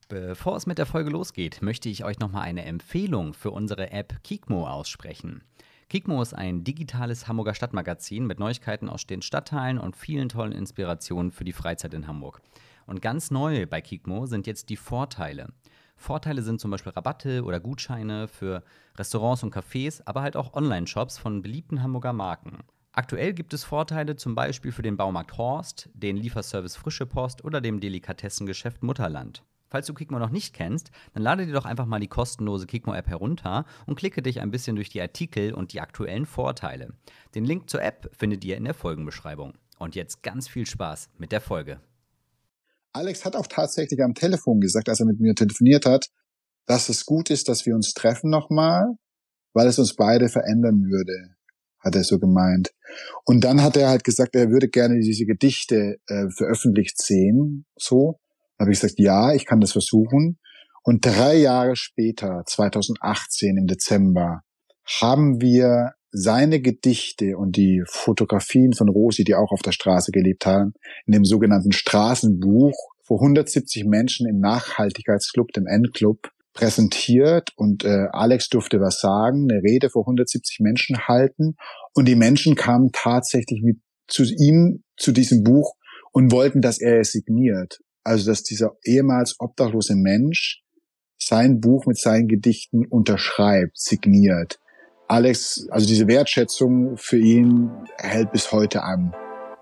Bevor es mit der Folge losgeht, möchte ich euch nochmal eine Empfehlung für unsere App Kikmo aussprechen. Kikmo ist ein digitales Hamburger Stadtmagazin mit Neuigkeiten aus den Stadtteilen und vielen tollen Inspirationen für die Freizeit in Hamburg. Und ganz neu bei Kikmo sind jetzt die Vorteile. Vorteile sind zum Beispiel Rabatte oder Gutscheine für Restaurants und Cafés, aber halt auch Online-Shops von beliebten Hamburger Marken. Aktuell gibt es Vorteile zum Beispiel für den Baumarkt Horst, den Lieferservice Frische Post oder dem Delikatessengeschäft Mutterland. Falls du Kikmo noch nicht kennst, dann lade dir doch einfach mal die kostenlose Kikmo-App herunter und klicke dich ein bisschen durch die Artikel und die aktuellen Vorteile. Den Link zur App findet ihr in der Folgenbeschreibung. Und jetzt ganz viel Spaß mit der Folge. Alex hat auch tatsächlich am Telefon gesagt, als er mit mir telefoniert hat, dass es gut ist, dass wir uns treffen nochmal, weil es uns beide verändern würde, hat er so gemeint. Und dann hat er halt gesagt, er würde gerne diese Gedichte veröffentlicht sehen, so. Da habe ich gesagt, ja, ich kann das versuchen. Und 3 Jahre später, 2018 im Dezember, haben wir seine Gedichte und die Fotografien von Rosi, die auch auf der Straße gelebt haben, in dem sogenannten Straßenbuch vor 170 Menschen im Nachhaltigkeitsclub, dem N-Club, präsentiert. Und Alex durfte was sagen, eine Rede vor 170 Menschen halten. Und die Menschen kamen tatsächlich zu ihm, zu diesem Buch und wollten, dass er es signiert. Also, dass dieser ehemals obdachlose Mensch sein Buch mit seinen Gedichten unterschreibt, signiert. Alex, also diese Wertschätzung für ihn hält bis heute an.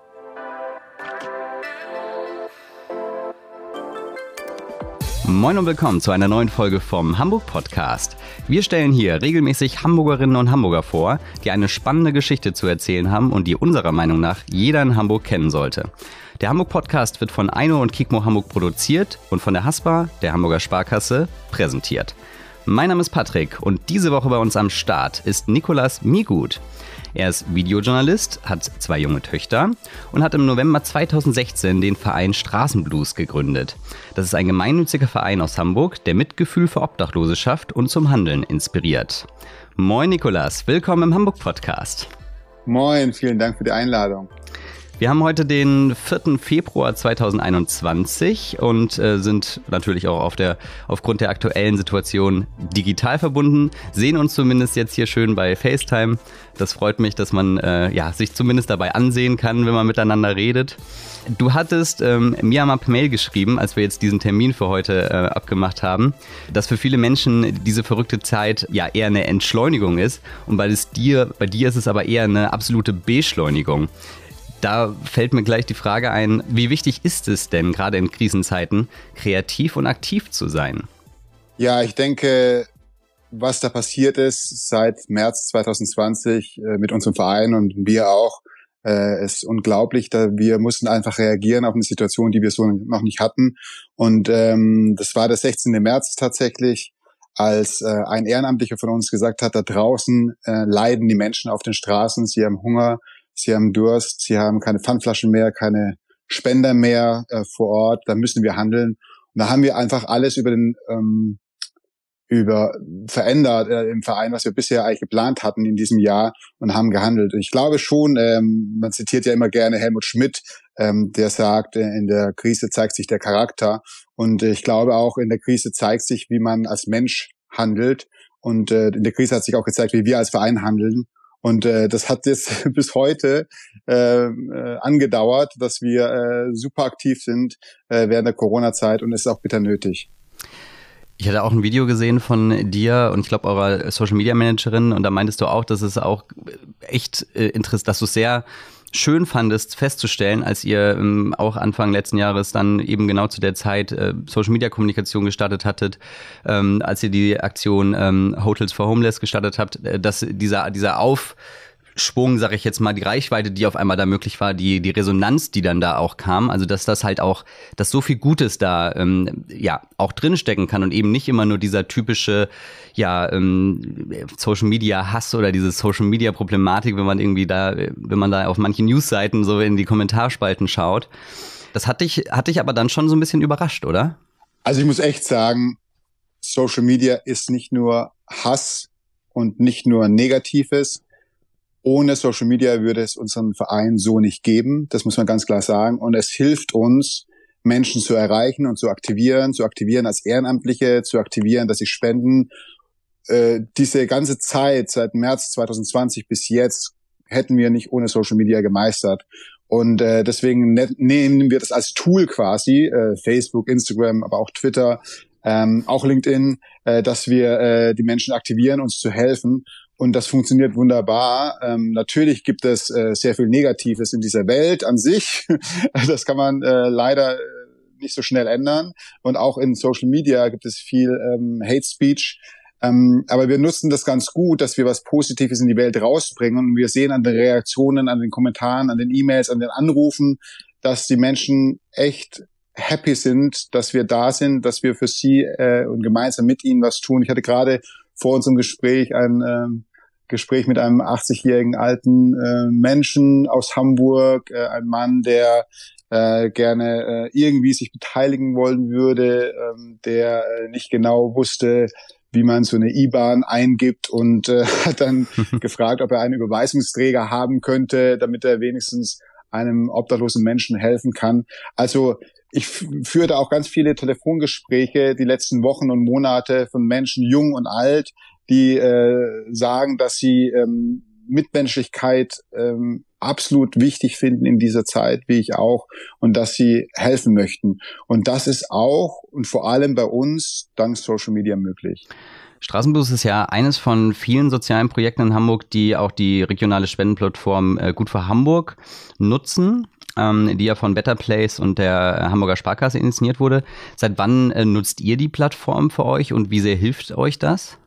Moin und willkommen zu einer neuen Folge vom Hamburg Podcast. Wir stellen hier regelmäßig Hamburgerinnen und Hamburger vor, die eine spannende Geschichte zu erzählen haben und die unserer Meinung nach jeder in Hamburg kennen sollte. Der Hamburg Podcast wird von Eino und Kikmo Hamburg produziert und von der Haspa, der Hamburger Sparkasse, präsentiert. Mein Name ist Patrick und diese Woche bei uns am Start ist Nicolas Migut. Er ist Videojournalist, hat 2 junge Töchter und hat im November 2016 den Verein Straßenblues gegründet. Das ist ein gemeinnütziger Verein aus Hamburg, der Mitgefühl für Obdachlose schafft und zum Handeln inspiriert. Moin Nicolas, willkommen im Hamburg Podcast. Moin, vielen Dank für die Einladung. Wir haben heute den 4. Februar 2021 und sind natürlich auch aufgrund der aktuellen Situation digital verbunden, sehen uns zumindest jetzt hier schön bei FaceTime. Das freut mich, dass man sich zumindest dabei ansehen kann, wenn man miteinander redet. Du hattest mir mal per Mail geschrieben, als wir jetzt diesen Termin für heute abgemacht haben, dass für viele Menschen diese verrückte Zeit ja eher eine Entschleunigung ist und bei dir ist es aber eher eine absolute Beschleunigung. Da fällt mir gleich die Frage ein, wie wichtig ist es denn, gerade in Krisenzeiten, kreativ und aktiv zu sein? Ja, ich denke, was da passiert ist seit März 2020 mit unserem Verein und wir auch, ist unglaublich. Wir mussten einfach reagieren auf eine Situation, die wir so noch nicht hatten. Und das war der 16. März tatsächlich, als ein Ehrenamtlicher von uns gesagt hat, da draußen leiden die Menschen auf den Straßen, sie haben Hunger, sie haben Durst, sie haben keine Pfandflaschen mehr, keine Spender mehr vor Ort, da müssen wir handeln. Und da haben wir einfach alles verändert im Verein, was wir bisher eigentlich geplant hatten in diesem Jahr und haben gehandelt. Und ich glaube schon, man zitiert ja immer gerne Helmut Schmidt, der sagt, in der Krise zeigt sich der Charakter. Und ich glaube auch, in der Krise zeigt sich, wie man als Mensch handelt. Und in der Krise hat sich auch gezeigt, wie wir als Verein handeln. Und das hat jetzt bis heute angedauert, dass wir super aktiv sind während der Corona-Zeit und es ist auch bitter nötig. Ich hatte auch ein Video gesehen von dir und ich glaube eurer Social-Media-Managerin und da meintest du auch, dass es auch echt interessant, dass du es sehr schön fandest festzustellen, als ihr auch Anfang letzten Jahres dann eben genau zu der Zeit Social-Media-Kommunikation gestartet hattet, als ihr die Aktion Hotels for Homeless gestartet habt, dass dieser Aufschwung, sag ich jetzt mal, die Reichweite, die auf einmal da möglich war, die Resonanz, die dann da auch kam, also dass das halt auch, dass so viel Gutes da auch drinstecken kann und eben nicht immer nur dieser typische Social Media Hass oder diese Social Media Problematik, wenn man da auf manchen Newsseiten so in die Kommentarspalten schaut. Das hat dich aber dann schon so ein bisschen überrascht, oder? Also ich muss echt sagen, Social Media ist nicht nur Hass und nicht nur Negatives. Ohne Social Media würde es unseren Verein so nicht geben. Das muss man ganz klar sagen. Und es hilft uns, Menschen zu erreichen und zu aktivieren als Ehrenamtliche, zu aktivieren, dass sie spenden. Diese ganze Zeit, seit März 2020 bis jetzt, hätten wir nicht ohne Social Media gemeistert. Und deswegen nehmen wir das als Tool quasi, Facebook, Instagram, aber auch Twitter, auch LinkedIn, dass wir die Menschen aktivieren, uns zu helfen. Und das funktioniert wunderbar. Natürlich gibt es sehr viel Negatives in dieser Welt an sich. Das kann man leider nicht so schnell ändern. Und auch in Social Media gibt es viel Hate Speech. Aber wir nutzen das ganz gut, dass wir was Positives in die Welt rausbringen. Und wir sehen an den Reaktionen, an den Kommentaren, an den E-Mails, an den Anrufen, dass die Menschen echt happy sind, dass wir da sind, dass wir für sie und gemeinsam mit ihnen was tun. Ich hatte gerade vor unserem Gespräch ein Gespräch mit einem 80-jährigen alten Menschen aus Hamburg, ein Mann, der gerne irgendwie sich beteiligen wollen würde, der nicht genau wusste, wie man so eine IBAN eingibt und hat dann gefragt, ob er einen Überweisungsträger haben könnte, damit er wenigstens einem obdachlosen Menschen helfen kann. Also ich führte auch ganz viele Telefongespräche die letzten Wochen und Monate von Menschen, jung und alt, die sagen, dass sie Mitmenschlichkeit absolut wichtig finden in dieser Zeit, wie ich auch, und dass sie helfen möchten. Und das ist auch und vor allem bei uns dank Social Media möglich. Straßenbus ist ja eines von vielen sozialen Projekten in Hamburg, die auch die regionale Spendenplattform Gut für Hamburg nutzen, die ja von Better Place und der Hamburger Sparkasse initiiert wurde. Seit wann nutzt ihr die Plattform für euch und wie sehr hilft euch das?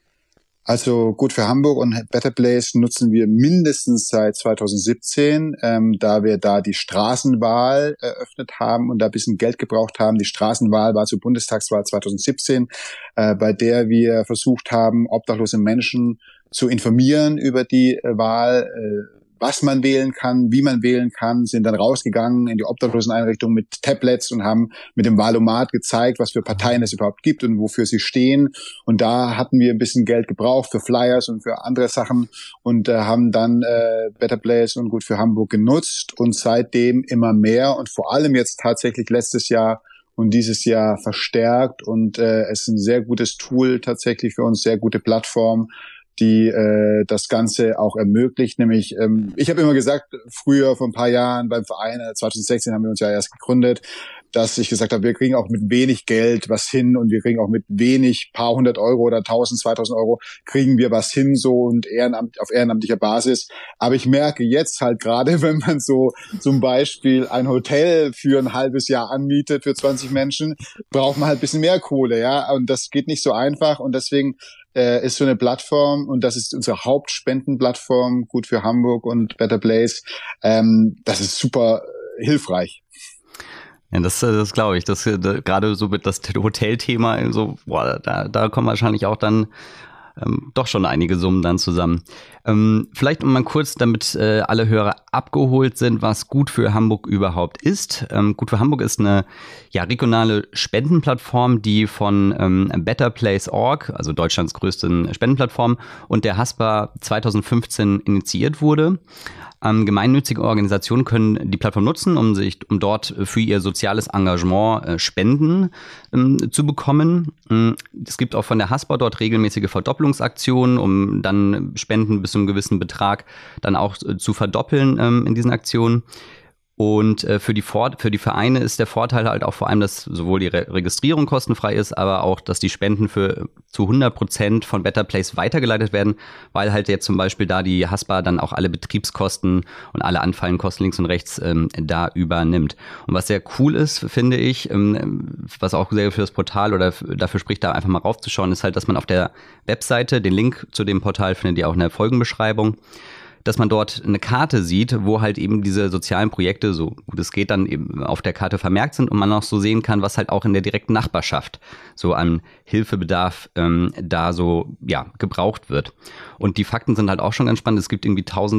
Also Gut für Hamburg und Better Place nutzen wir mindestens seit 2017, da wir da die Straßenwahl eröffnet haben und da ein bisschen Geld gebraucht haben. Die Straßenwahl war zur Bundestagswahl 2017, bei der wir versucht haben, obdachlose Menschen zu informieren über die Wahl, was man wählen kann, wie man wählen kann, sind dann rausgegangen in die Obdachloseneinrichtung mit Tablets und haben mit dem Wahlomat gezeigt, was für Parteien es überhaupt gibt und wofür sie stehen. Und da hatten wir ein bisschen Geld gebraucht für Flyers und für andere Sachen und haben dann Better Place und Gut für Hamburg genutzt und seitdem immer mehr und vor allem jetzt tatsächlich letztes Jahr und dieses Jahr verstärkt. Und es ist ein sehr gutes Tool tatsächlich für uns, sehr gute Plattform, die das Ganze auch ermöglicht. Nämlich, ich habe immer gesagt, früher vor ein paar Jahren beim Verein, 2016 haben wir uns ja erst gegründet, dass ich gesagt habe, wir kriegen auch mit wenig Geld was hin und wir kriegen auch mit wenig paar hundert Euro oder 1.000, 2.000 Euro kriegen wir was hin so und auf ehrenamtlicher Basis. Aber ich merke jetzt halt gerade, wenn man so zum Beispiel ein Hotel für ein halbes Jahr anmietet für 20 Menschen, braucht man halt ein bisschen mehr Kohle, ja. Und das geht nicht so einfach und deswegen ist so eine Plattform und das ist unsere Hauptspendenplattform, Gut für Hamburg und Better Place. Das ist super hilfreich. Ja, das glaube ich. Das gerade so mit das Hotelthema, so, da kommen wahrscheinlich auch dann doch schon einige Summen dann zusammen. Vielleicht mal kurz, damit alle Hörer abgeholt sind, was Gut für Hamburg überhaupt ist. Gut für Hamburg ist eine regionale Spendenplattform, die von BetterPlace.org, also Deutschlands größten Spendenplattform, und der Haspa 2015 initiiert wurde. Gemeinnützige Organisationen können die Plattform nutzen, um dort für ihr soziales Engagement Spenden zu bekommen. Es gibt auch von der Haspa dort regelmäßige Verdoppelungsaktionen, um dann Spenden bis zu einem gewissen Betrag dann auch zu verdoppeln in diesen Aktionen. Und für die Vereine ist der Vorteil halt auch vor allem, dass sowohl die Registrierung kostenfrei ist, aber auch, dass die Spenden zu 100% von Better Place weitergeleitet werden, weil halt jetzt zum Beispiel da die Haspa dann auch alle Betriebskosten und alle anfallenden Kosten links und rechts da übernimmt. Und was sehr cool ist, finde ich, was auch sehr für das Portal oder dafür spricht, da einfach mal raufzuschauen, ist halt, dass man auf der Webseite, den Link zu dem Portal findet ihr auch in der Folgenbeschreibung, dass man dort eine Karte sieht, wo halt eben diese sozialen Projekte, so gut es geht, dann eben auf der Karte vermerkt sind und man auch so sehen kann, was halt auch in der direkten Nachbarschaft so an Hilfebedarf da so gebraucht wird. Und die Fakten sind halt auch schon ganz spannend. Es gibt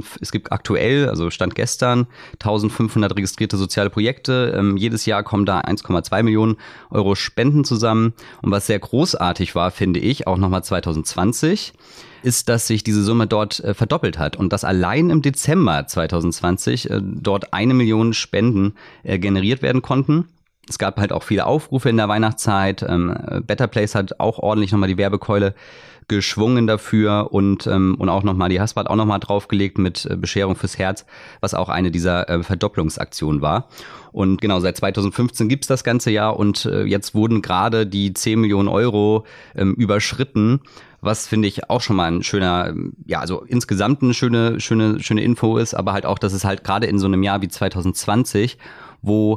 aktuell, also Stand gestern, 1.500 registrierte soziale Projekte. Jedes Jahr kommen da 1,2 Millionen Euro Spenden zusammen. Und was sehr großartig war, finde ich, auch nochmal 2020, ist, dass sich diese Summe dort verdoppelt hat und dass allein im Dezember 2020 dort 1 Million Spenden generiert werden konnten. Es gab halt auch viele Aufrufe in der Weihnachtszeit. Better Place hat auch ordentlich nochmal die Werbekeule geschwungen dafür und auch nochmal, die Haspa hat auch nochmal draufgelegt mit Bescherung fürs Herz, was auch eine dieser Verdopplungsaktionen war. Und genau, seit 2015 gibt's das ganze Jahr und jetzt wurden gerade die 10 Millionen Euro überschritten, was finde ich auch schon mal ein schöner, ja, also insgesamt eine schöne Info ist, aber halt auch, dass es halt gerade in so einem Jahr wie 2020, wo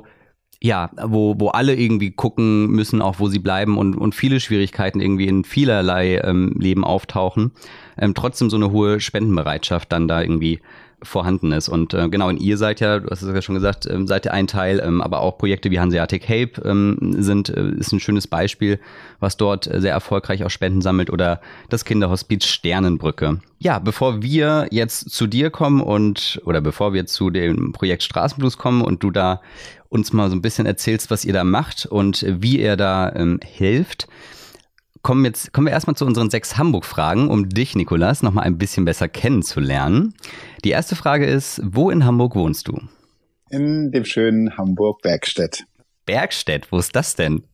alle irgendwie gucken müssen, auch wo sie bleiben und viele Schwierigkeiten irgendwie in vielerlei Leben auftauchen, trotzdem so eine hohe Spendenbereitschaft dann da irgendwie vorhanden ist. Und genau, und ihr seid ja, du hast es ja schon gesagt, seid ihr ein Teil, aber auch Projekte wie Hanseatic Help ist ein schönes Beispiel, was dort sehr erfolgreich auch Spenden sammelt, oder das Kinderhospiz Sternenbrücke. Ja, bevor wir jetzt zu dir kommen oder bevor wir zu dem Projekt Straßenblues kommen und du da uns mal so ein bisschen erzählst, was ihr da macht und wie ihr da hilft, kommen wir erstmal zu unseren 6 Hamburg-Fragen, um dich, Nikolas, noch mal ein bisschen besser kennenzulernen. Die erste Frage ist, wo in Hamburg wohnst du? In dem schönen Hamburg-Bergstedt. Bergstedt, wo ist das denn?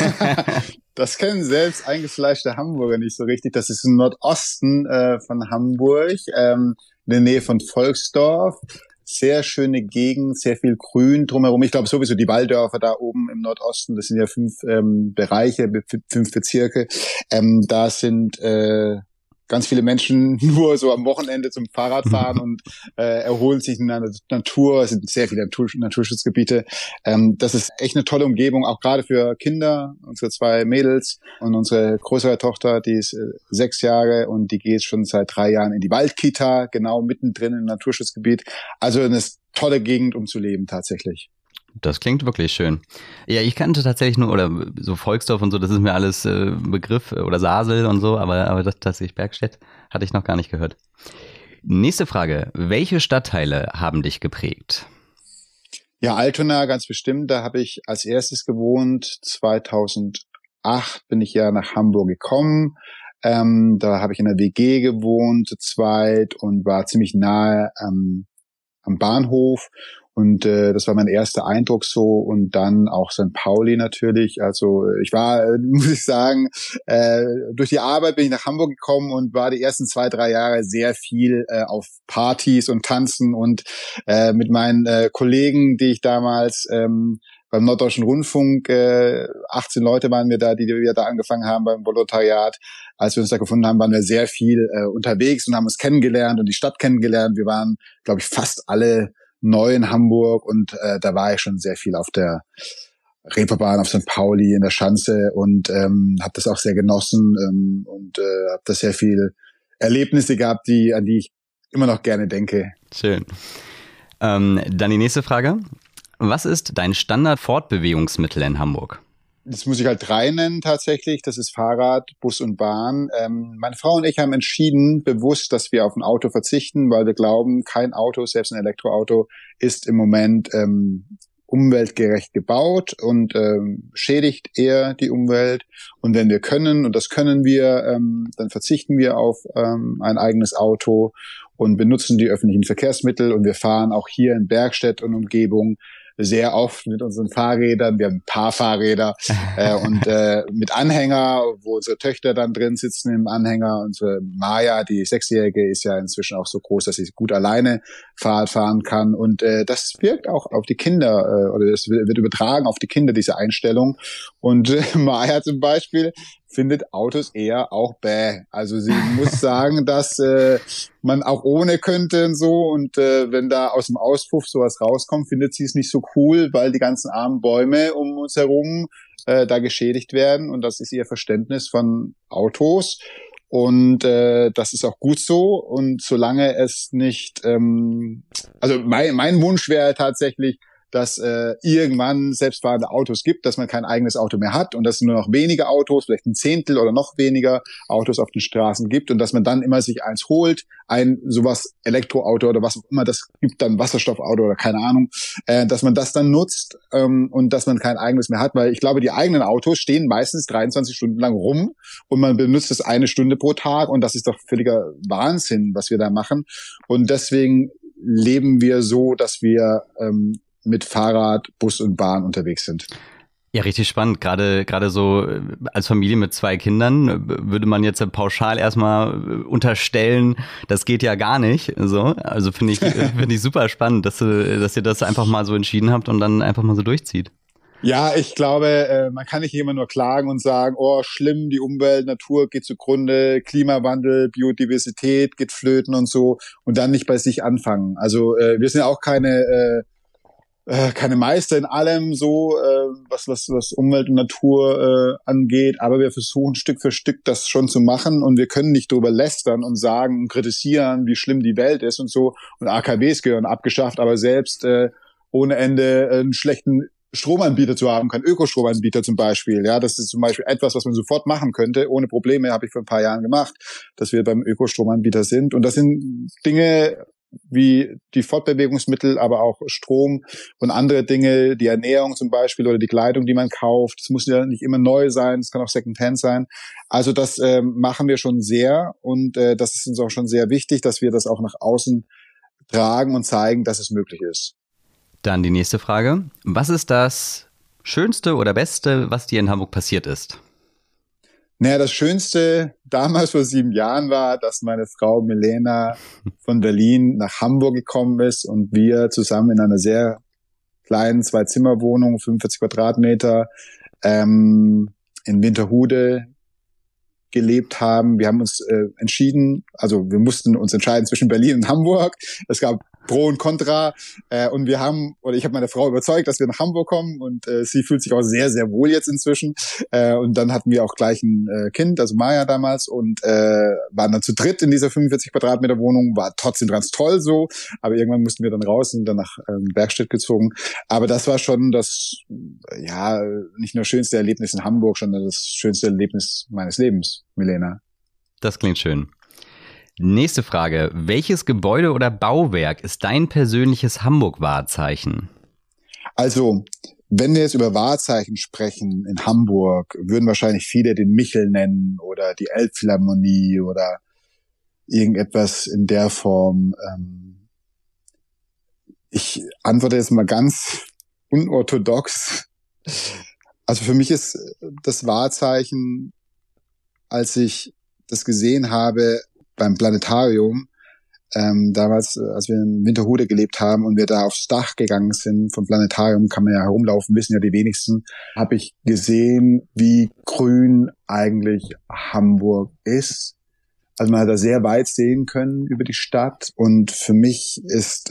Das kennen selbst eingefleischte Hamburger nicht so richtig. Das ist im Nordosten von Hamburg, in der Nähe von Volksdorf. Sehr schöne Gegend, sehr viel Grün drumherum. Ich glaube sowieso die Walldörfer da oben im Nordosten, das sind ja 5 Bereiche, 5 Bezirke. Da sind ganz viele Menschen nur so am Wochenende zum Fahrradfahren und erholen sich in der Natur. Es sind sehr viele Naturschutzgebiete. Das ist echt eine tolle Umgebung, auch gerade für Kinder. Unsere 2 Mädels und unsere größere Tochter, die ist 6 Jahre und die geht schon seit 3 Jahren in die Waldkita, genau mittendrin im Naturschutzgebiet. Also eine tolle Gegend, um zu leben tatsächlich. Das klingt wirklich schön. Ja, ich kannte tatsächlich nur, oder so Volksdorf und so, das ist mir alles Begriff, oder Sasel und so, aber das tatsächlich Bergstedt hatte ich noch gar nicht gehört. Nächste Frage. Welche Stadtteile haben dich geprägt? Ja, Altona ganz bestimmt. Da habe ich als erstes gewohnt. 2008 bin ich ja nach Hamburg gekommen. Da habe ich in einer WG gewohnt, zu zweit, und war ziemlich nahe am Bahnhof. Und das war mein erster Eindruck so. Und dann auch St. Pauli natürlich. Also ich war, muss ich sagen, durch die Arbeit bin ich nach Hamburg gekommen und war die ersten 2, 3 Jahre sehr viel auf Partys und Tanzen und mit meinen Kollegen, die ich damals beim Norddeutschen Rundfunk, 18 Leute waren wir da, die wir da angefangen haben beim Volontariat. Als wir uns da gefunden haben, waren wir sehr viel unterwegs und haben uns kennengelernt und die Stadt kennengelernt. Wir waren, glaube ich, fast alle neu in Hamburg und da war ich schon sehr viel auf der Reeperbahn, auf St. Pauli, in der Schanze und habe das auch sehr genossen und habe da sehr viel Erlebnisse gehabt, an die ich immer noch gerne denke. Schön. Dann die nächste Frage. Was ist dein Standard-Fortbewegungsmittel in Hamburg? Das muss ich halt 3 nennen tatsächlich. Das ist Fahrrad, Bus und Bahn. Meine Frau und ich haben entschieden, bewusst, dass wir auf ein Auto verzichten, weil wir glauben, kein Auto, selbst ein Elektroauto, ist im Moment umweltgerecht gebaut und schädigt eher die Umwelt. Und wenn wir können, und das können wir, dann verzichten wir auf ein eigenes Auto und benutzen die öffentlichen Verkehrsmittel. Und wir fahren auch hier in Bergstedt und Umgebung sehr oft mit unseren Fahrrädern. Wir haben ein paar Fahrräder und mit Anhänger, wo unsere Töchter dann drin sitzen im Anhänger. Unsere Maya, die 6-Jährige, ist ja inzwischen auch so groß, dass sie gut alleine Fahrrad fahren kann. Und das wirkt auch auf die Kinder oder das wird übertragen auf die Kinder, diese Einstellung. Und Maya zum Beispiel findet Autos eher auch bäh. Also sie muss sagen, dass man auch ohne könnte und so. Und wenn da aus dem Auspuff sowas rauskommt, findet sie es nicht so cool, weil die ganzen armen Bäume um uns herum da geschädigt werden. Und das ist ihr Verständnis von Autos. Und das ist auch gut so. Und solange es nicht, also mein Wunsch wäre tatsächlich, dass irgendwann selbstfahrende Autos gibt, dass man kein eigenes Auto mehr hat und dass es nur noch wenige Autos, vielleicht ein Zehntel oder noch weniger Autos auf den Straßen gibt und dass man dann immer sich eins holt, ein sowas Elektroauto oder was auch immer das gibt, dann Wasserstoffauto oder keine Ahnung, dass man das dann nutzt und dass man kein eigenes mehr hat, weil ich glaube, die eigenen Autos stehen meistens 23 Stunden lang rum und man benutzt es 1 Stunde pro Tag und das ist doch völliger Wahnsinn, was wir da machen. Und deswegen leben wir so, dass wir mit Fahrrad, Bus und Bahn unterwegs sind. Ja, richtig spannend. Gerade so als Familie mit 2 Kindern würde man jetzt pauschal erstmal unterstellen, das geht ja gar nicht. So, also finde ich super spannend, dass ihr das einfach mal so entschieden habt und dann einfach mal so durchzieht. Ja, ich glaube, man kann nicht immer nur klagen und sagen, oh, schlimm, die Umwelt, Natur geht zugrunde, Klimawandel, Biodiversität geht flöten und so und dann nicht bei sich anfangen. Also wir sind ja auch keine Meister in allem so, was Umwelt und Natur angeht, aber wir versuchen Stück für Stück das schon zu machen und wir können nicht drüber lästern und sagen und kritisieren, wie schlimm die Welt ist und so. Und AKWs gehören abgeschafft, aber selbst ohne Ende einen schlechten Stromanbieter zu haben, kein Ökostromanbieter zum Beispiel. Ja, das ist zum Beispiel etwas, was man sofort machen könnte, ohne Probleme, habe ich vor ein paar Jahren gemacht, dass wir beim Ökostromanbieter sind. Und das sind Dinge wie die Fortbewegungsmittel, aber auch Strom und andere Dinge, die Ernährung zum Beispiel oder die Kleidung, die man kauft. Es muss ja nicht immer neu sein, es kann auch Secondhand sein. Also das machen wir schon sehr und das ist uns auch schon sehr wichtig, dass wir das auch nach außen tragen und zeigen, dass es möglich ist. Dann die nächste Frage. Was ist das Schönste oder Beste, was dir in Hamburg passiert ist? Naja, das Schönste damals vor 7 Jahren war, dass meine Frau Milena von Berlin nach Hamburg gekommen ist und wir zusammen in einer sehr kleinen 2-Zimmer-Wohnung, 45 Quadratmeter, in Winterhude gelebt haben. Wir haben uns entschieden, also wir mussten uns entscheiden zwischen Berlin und Hamburg. Es gab Pro und Contra und ich habe meine Frau überzeugt, dass wir nach Hamburg kommen und sie fühlt sich auch sehr, sehr wohl jetzt inzwischen und dann hatten wir auch gleich ein Kind, also Maya damals und waren dann zu dritt in dieser 45 Quadratmeter Wohnung, war trotzdem ganz toll so, aber irgendwann mussten wir dann raus und dann nach Bergstedt gezogen, aber das war schon das, ja, nicht nur schönste Erlebnis in Hamburg, sondern das schönste Erlebnis meines Lebens, Milena. Das klingt schön. Nächste Frage. Welches Gebäude oder Bauwerk ist dein persönliches Hamburg-Wahrzeichen? Also, wenn wir jetzt über Wahrzeichen sprechen in Hamburg, würden wahrscheinlich viele den Michel nennen oder die Elbphilharmonie oder irgendetwas in der Form. Ich antworte jetzt mal ganz unorthodox. Also für mich ist das Wahrzeichen, als ich das gesehen habe, beim Planetarium, damals, als wir in Winterhude gelebt haben und wir da aufs Dach gegangen sind vom Planetarium, kann man ja herumlaufen, wissen ja die wenigsten, habe ich gesehen, wie grün eigentlich Hamburg ist. Also man hat da sehr weit sehen können über die Stadt und für mich ist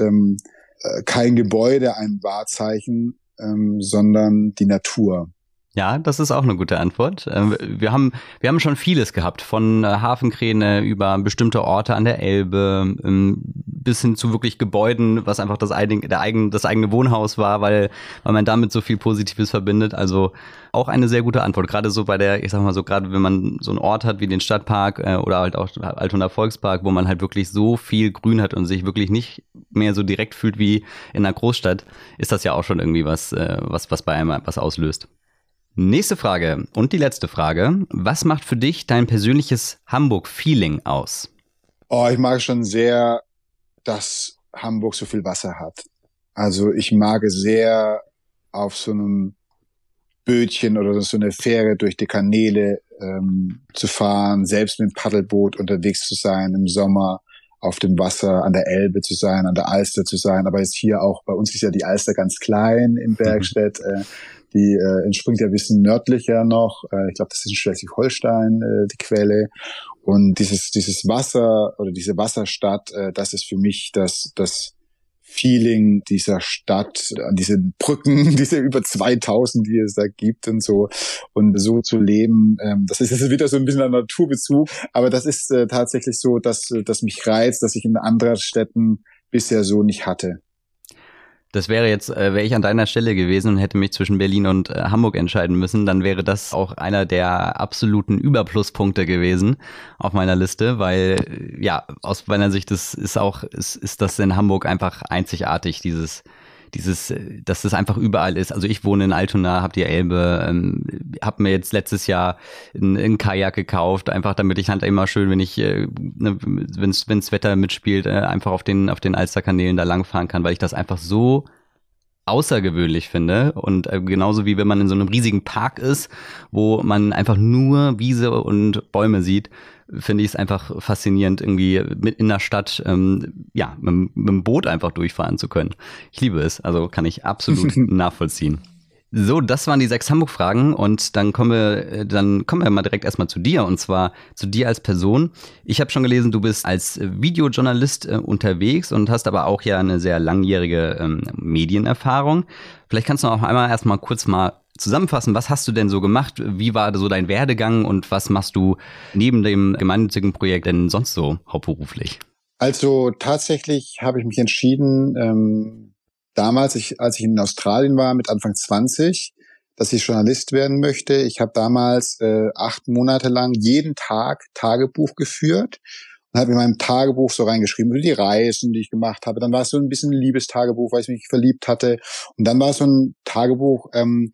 kein Gebäude ein Wahrzeichen, sondern die Natur. Ja, das ist auch eine gute Antwort. Wir haben schon vieles gehabt, von Hafenkräne über bestimmte Orte an der Elbe bis hin zu wirklich Gebäuden, was einfach das eigene Wohnhaus war, weil man damit so viel Positives verbindet. Also auch eine sehr gute Antwort. Gerade so ich sag mal so, gerade wenn man so einen Ort hat wie den Stadtpark oder halt auch Altonaer Volkspark, wo man halt wirklich so viel Grün hat und sich wirklich nicht mehr so direkt fühlt wie in einer Großstadt, ist das ja auch schon irgendwie was bei einem was auslöst. Nächste Frage und die letzte Frage. Was macht für dich dein persönliches Hamburg-Feeling aus? Oh, ich mag schon sehr, dass Hamburg so viel Wasser hat. Also ich mag es sehr, auf so einem Bötchen oder so eine Fähre durch die Kanäle zu fahren, selbst mit dem Paddelboot unterwegs zu sein im Sommer, auf dem Wasser, an der Elbe zu sein, an der Alster zu sein. Aber jetzt hier auch, bei uns ist ja die Alster ganz klein in Bergstedt. Die entspringt ja ein bisschen nördlicher noch. Ich glaube, das ist in Schleswig-Holstein die Quelle. Und dieses Wasser oder diese Wasserstadt, das ist für mich das Feeling dieser Stadt, an diesen Brücken, diese über 2000, die es da gibt und so. Und so zu leben, das ist jetzt wieder so ein bisschen ein Naturbezug. Aber das ist tatsächlich so, dass mich reizt, dass ich in anderen Städten bisher so nicht hatte. Das wäre ich an deiner Stelle gewesen und hätte mich zwischen Berlin und Hamburg entscheiden müssen, dann wäre das auch einer der absoluten Überpluspunkte gewesen auf meiner Liste, weil ja, aus meiner Sicht ist das in Hamburg einfach einzigartig, dass das einfach überall ist. Also ich wohne in Altona, habe die Elbe, habe mir jetzt letztes Jahr ein Kajak gekauft, einfach damit ich halt immer schön, wenn wenn's Wetter mitspielt, einfach auf den Alsterkanälen da langfahren kann, weil ich das einfach so außergewöhnlich finde und genauso wie wenn man in so einem riesigen Park ist, wo man einfach nur Wiese und Bäume sieht, finde ich es einfach faszinierend, irgendwie mit in der Stadt mit dem Boot einfach durchfahren zu können. Ich liebe es, also kann ich absolut nachvollziehen. So, das waren die 6 Hamburg-Fragen und dann kommen wir mal direkt erstmal zu dir und zwar zu dir als Person. Ich habe schon gelesen, du bist als Videojournalist unterwegs und hast aber auch ja eine sehr langjährige Medienerfahrung. Vielleicht kannst du auch einmal erstmal kurz mal zusammenfassen, was hast du denn so gemacht? Wie war so dein Werdegang und was machst du neben dem gemeinnützigen Projekt denn sonst so hauptberuflich? Also tatsächlich habe ich mich entschieden, damals, als ich in Australien war, mit Anfang 20, dass ich Journalist werden möchte. Ich habe damals 8 Monate lang jeden Tag Tagebuch geführt und habe in meinem Tagebuch so reingeschrieben über die Reisen, die ich gemacht habe. Dann war es so ein bisschen ein Liebestagebuch, weil ich mich verliebt hatte. Und dann war es so ein Tagebuch,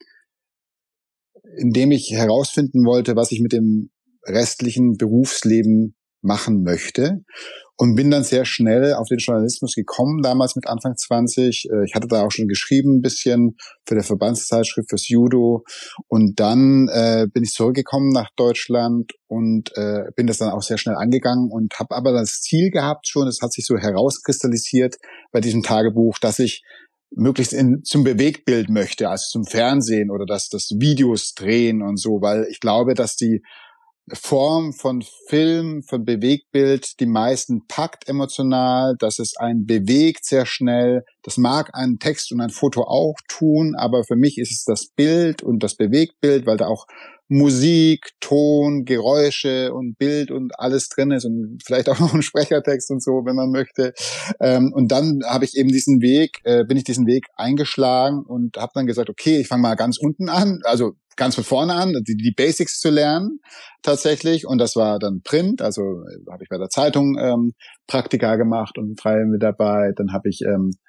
in dem ich herausfinden wollte, was ich mit dem restlichen Berufsleben machen möchte. Und bin dann sehr schnell auf den Journalismus gekommen, damals mit Anfang 20. Ich hatte da auch schon geschrieben ein bisschen für der Verbandszeitschrift fürs Judo. Und dann bin ich zurückgekommen nach Deutschland und bin das dann auch sehr schnell angegangen und habe aber das Ziel gehabt schon, es hat sich so herauskristallisiert bei diesem Tagebuch, dass ich möglichst zum Bewegtbild möchte, also zum Fernsehen oder das Videos drehen und so, weil ich glaube, dass die Form von Film, von Bewegtbild die meisten packt emotional, dass es einen bewegt sehr schnell. Das mag ein Text und ein Foto auch tun, aber für mich ist es das Bild und das Bewegtbild, weil da auch Musik, Ton, Geräusche und Bild und alles drin ist und vielleicht auch noch ein Sprechertext und so, wenn man möchte. Und dann habe ich eben bin ich diesen Weg eingeschlagen und habe dann gesagt, okay, ich fange mal ganz unten an, also ganz von vorne an, die Basics zu lernen tatsächlich. Und das war dann Print, also habe ich bei der Zeitung Praktika gemacht und freie Mitarbeit. Dann habe ich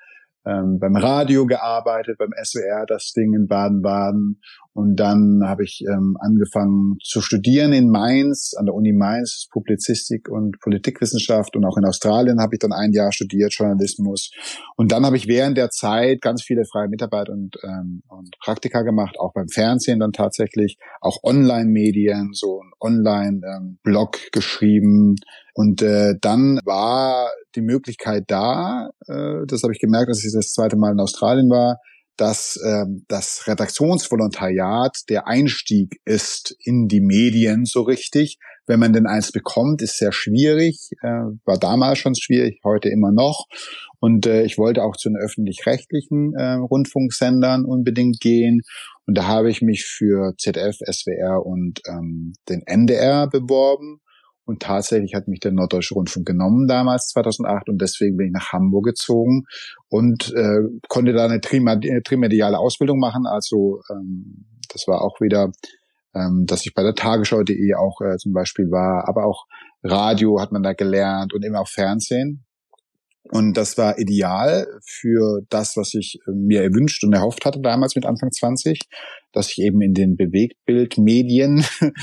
beim Radio gearbeitet, beim SWR, das Ding in Baden-Baden. Und dann habe ich angefangen zu studieren in Mainz, an der Uni Mainz, Publizistik und Politikwissenschaft. Und auch in Australien habe ich dann 1 Jahr studiert, Journalismus. Und dann habe ich während der Zeit ganz viele freie Mitarbeit und Praktika gemacht, auch beim Fernsehen dann tatsächlich, auch Online-Medien, so ein Online-Blog geschrieben. Und dann war die Möglichkeit da, das habe ich gemerkt, als ich das 2. Mal in Australien war, dass das Redaktionsvolontariat der Einstieg ist in die Medien so richtig. Wenn man denn eins bekommt, ist sehr schwierig, war damals schon schwierig, heute immer noch. Und ich wollte auch zu den öffentlich-rechtlichen Rundfunksendern unbedingt gehen. Und da habe ich mich für ZDF, SWR und den NDR beworben. Und tatsächlich hat mich der Norddeutsche Rundfunk genommen damals, 2008. Und deswegen bin ich nach Hamburg gezogen und konnte da eine trimediale Ausbildung machen. Also das war auch wieder, dass ich bei der Tagesschau.de auch zum Beispiel war. Aber auch Radio hat man da gelernt und eben auch Fernsehen. Und das war ideal für das, was ich mir erwünscht und erhofft hatte damals mit Anfang 20, dass ich eben in den Bewegtbildmedien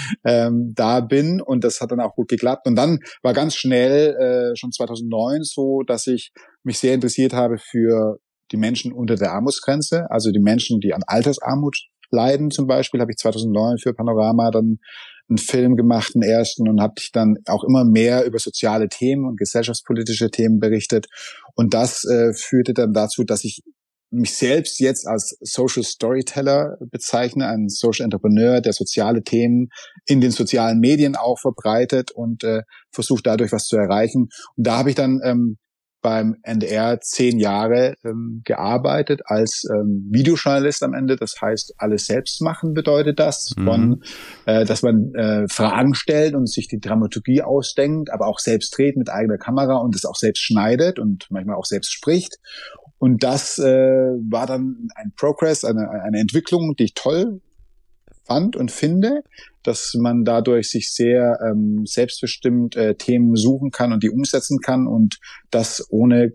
da bin. Und das hat dann auch gut geklappt. Und dann war ganz schnell, schon 2009 so, dass ich mich sehr interessiert habe für die Menschen unter der Armutsgrenze, also die Menschen, die an Altersarmut leiden zum Beispiel, habe ich 2009 für Panorama dann einen Film gemacht, einen ersten, und habe ich dann auch immer mehr über soziale Themen und gesellschaftspolitische Themen berichtet. Und das führte dann dazu, dass ich mich selbst jetzt als Social Storyteller bezeichne, ein Social Entrepreneur, der soziale Themen in den sozialen Medien auch verbreitet und versucht dadurch was zu erreichen. Und da habe ich dann beim NDR 10 Jahre gearbeitet als Videojournalist am Ende. Das heißt, alles selbst machen bedeutet das, dass man Fragen stellt und sich die Dramaturgie ausdenkt, aber auch selbst dreht mit eigener Kamera und es auch selbst schneidet und manchmal auch selbst spricht. Und das war dann ein Progress, eine Entwicklung, die ich toll fand und finde, dass man dadurch sich sehr selbstbestimmt Themen suchen kann und die umsetzen kann und das ohne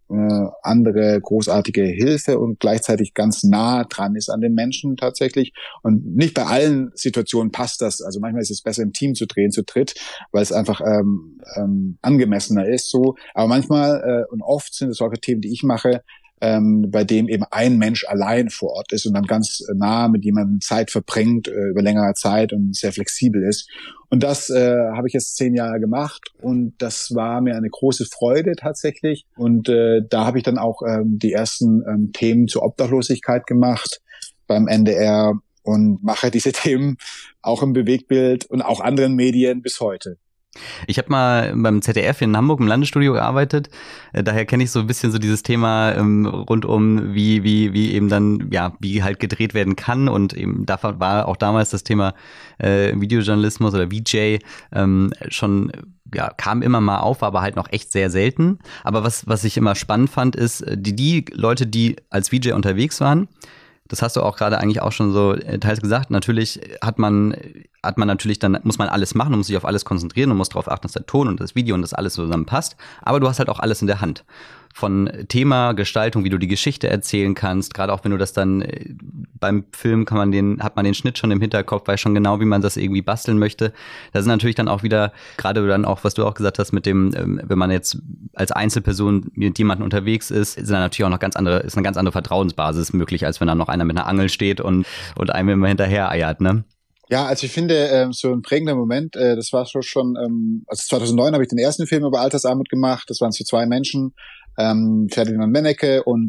andere großartige Hilfe und gleichzeitig ganz nah dran ist an den Menschen tatsächlich. Und nicht bei allen Situationen passt das. Also manchmal ist es besser, im Team zu drehen, zu dritt, weil es einfach angemessener ist. So. Aber manchmal und oft sind es solche Themen, die ich mache, bei dem eben ein Mensch allein vor Ort ist und dann ganz nah mit jemandem Zeit verbringt, über längere Zeit und sehr flexibel ist. Und das habe ich jetzt 10 Jahre gemacht und das war mir eine große Freude tatsächlich. Und da habe ich dann auch die ersten Themen zur Obdachlosigkeit gemacht beim NDR und mache diese Themen auch im Bewegtbild und auch anderen Medien bis heute. Ich habe mal beim ZDF in Hamburg im Landesstudio gearbeitet, daher kenne ich so ein bisschen so dieses Thema rund um wie eben dann, ja, wie halt gedreht werden kann und eben davon war auch damals das Thema Videojournalismus oder VJ schon, ja, kam immer mal auf, aber halt noch echt sehr selten. Aber was ich immer spannend fand, ist, die Leute, die als VJ unterwegs waren, das hast du auch gerade eigentlich auch schon so teils gesagt. Natürlich hat man natürlich, dann muss man alles machen und muss sich auf alles konzentrieren und muss darauf achten, dass der Ton und das Video und das alles zusammenpasst. Aber du hast halt auch alles in der Hand. Von Thema, Gestaltung, wie du die Geschichte erzählen kannst. Gerade auch wenn du das dann beim Film hat man den Schnitt schon im Hinterkopf, weiß schon genau, wie man das irgendwie basteln möchte. Da sind natürlich dann auch wieder, gerade dann auch, was du auch gesagt hast, mit dem, wenn man jetzt als Einzelperson mit jemandem unterwegs ist, ist dann natürlich auch noch ist eine ganz andere Vertrauensbasis möglich, als wenn dann noch einer mit einer Angel steht und einem immer hinterher eiert, ne? Ja, also ich finde, so ein prägender Moment, das war schon, also 2009 habe ich den ersten Film über Altersarmut gemacht. Das waren so 2 Menschen, Ferdinand Mennecke und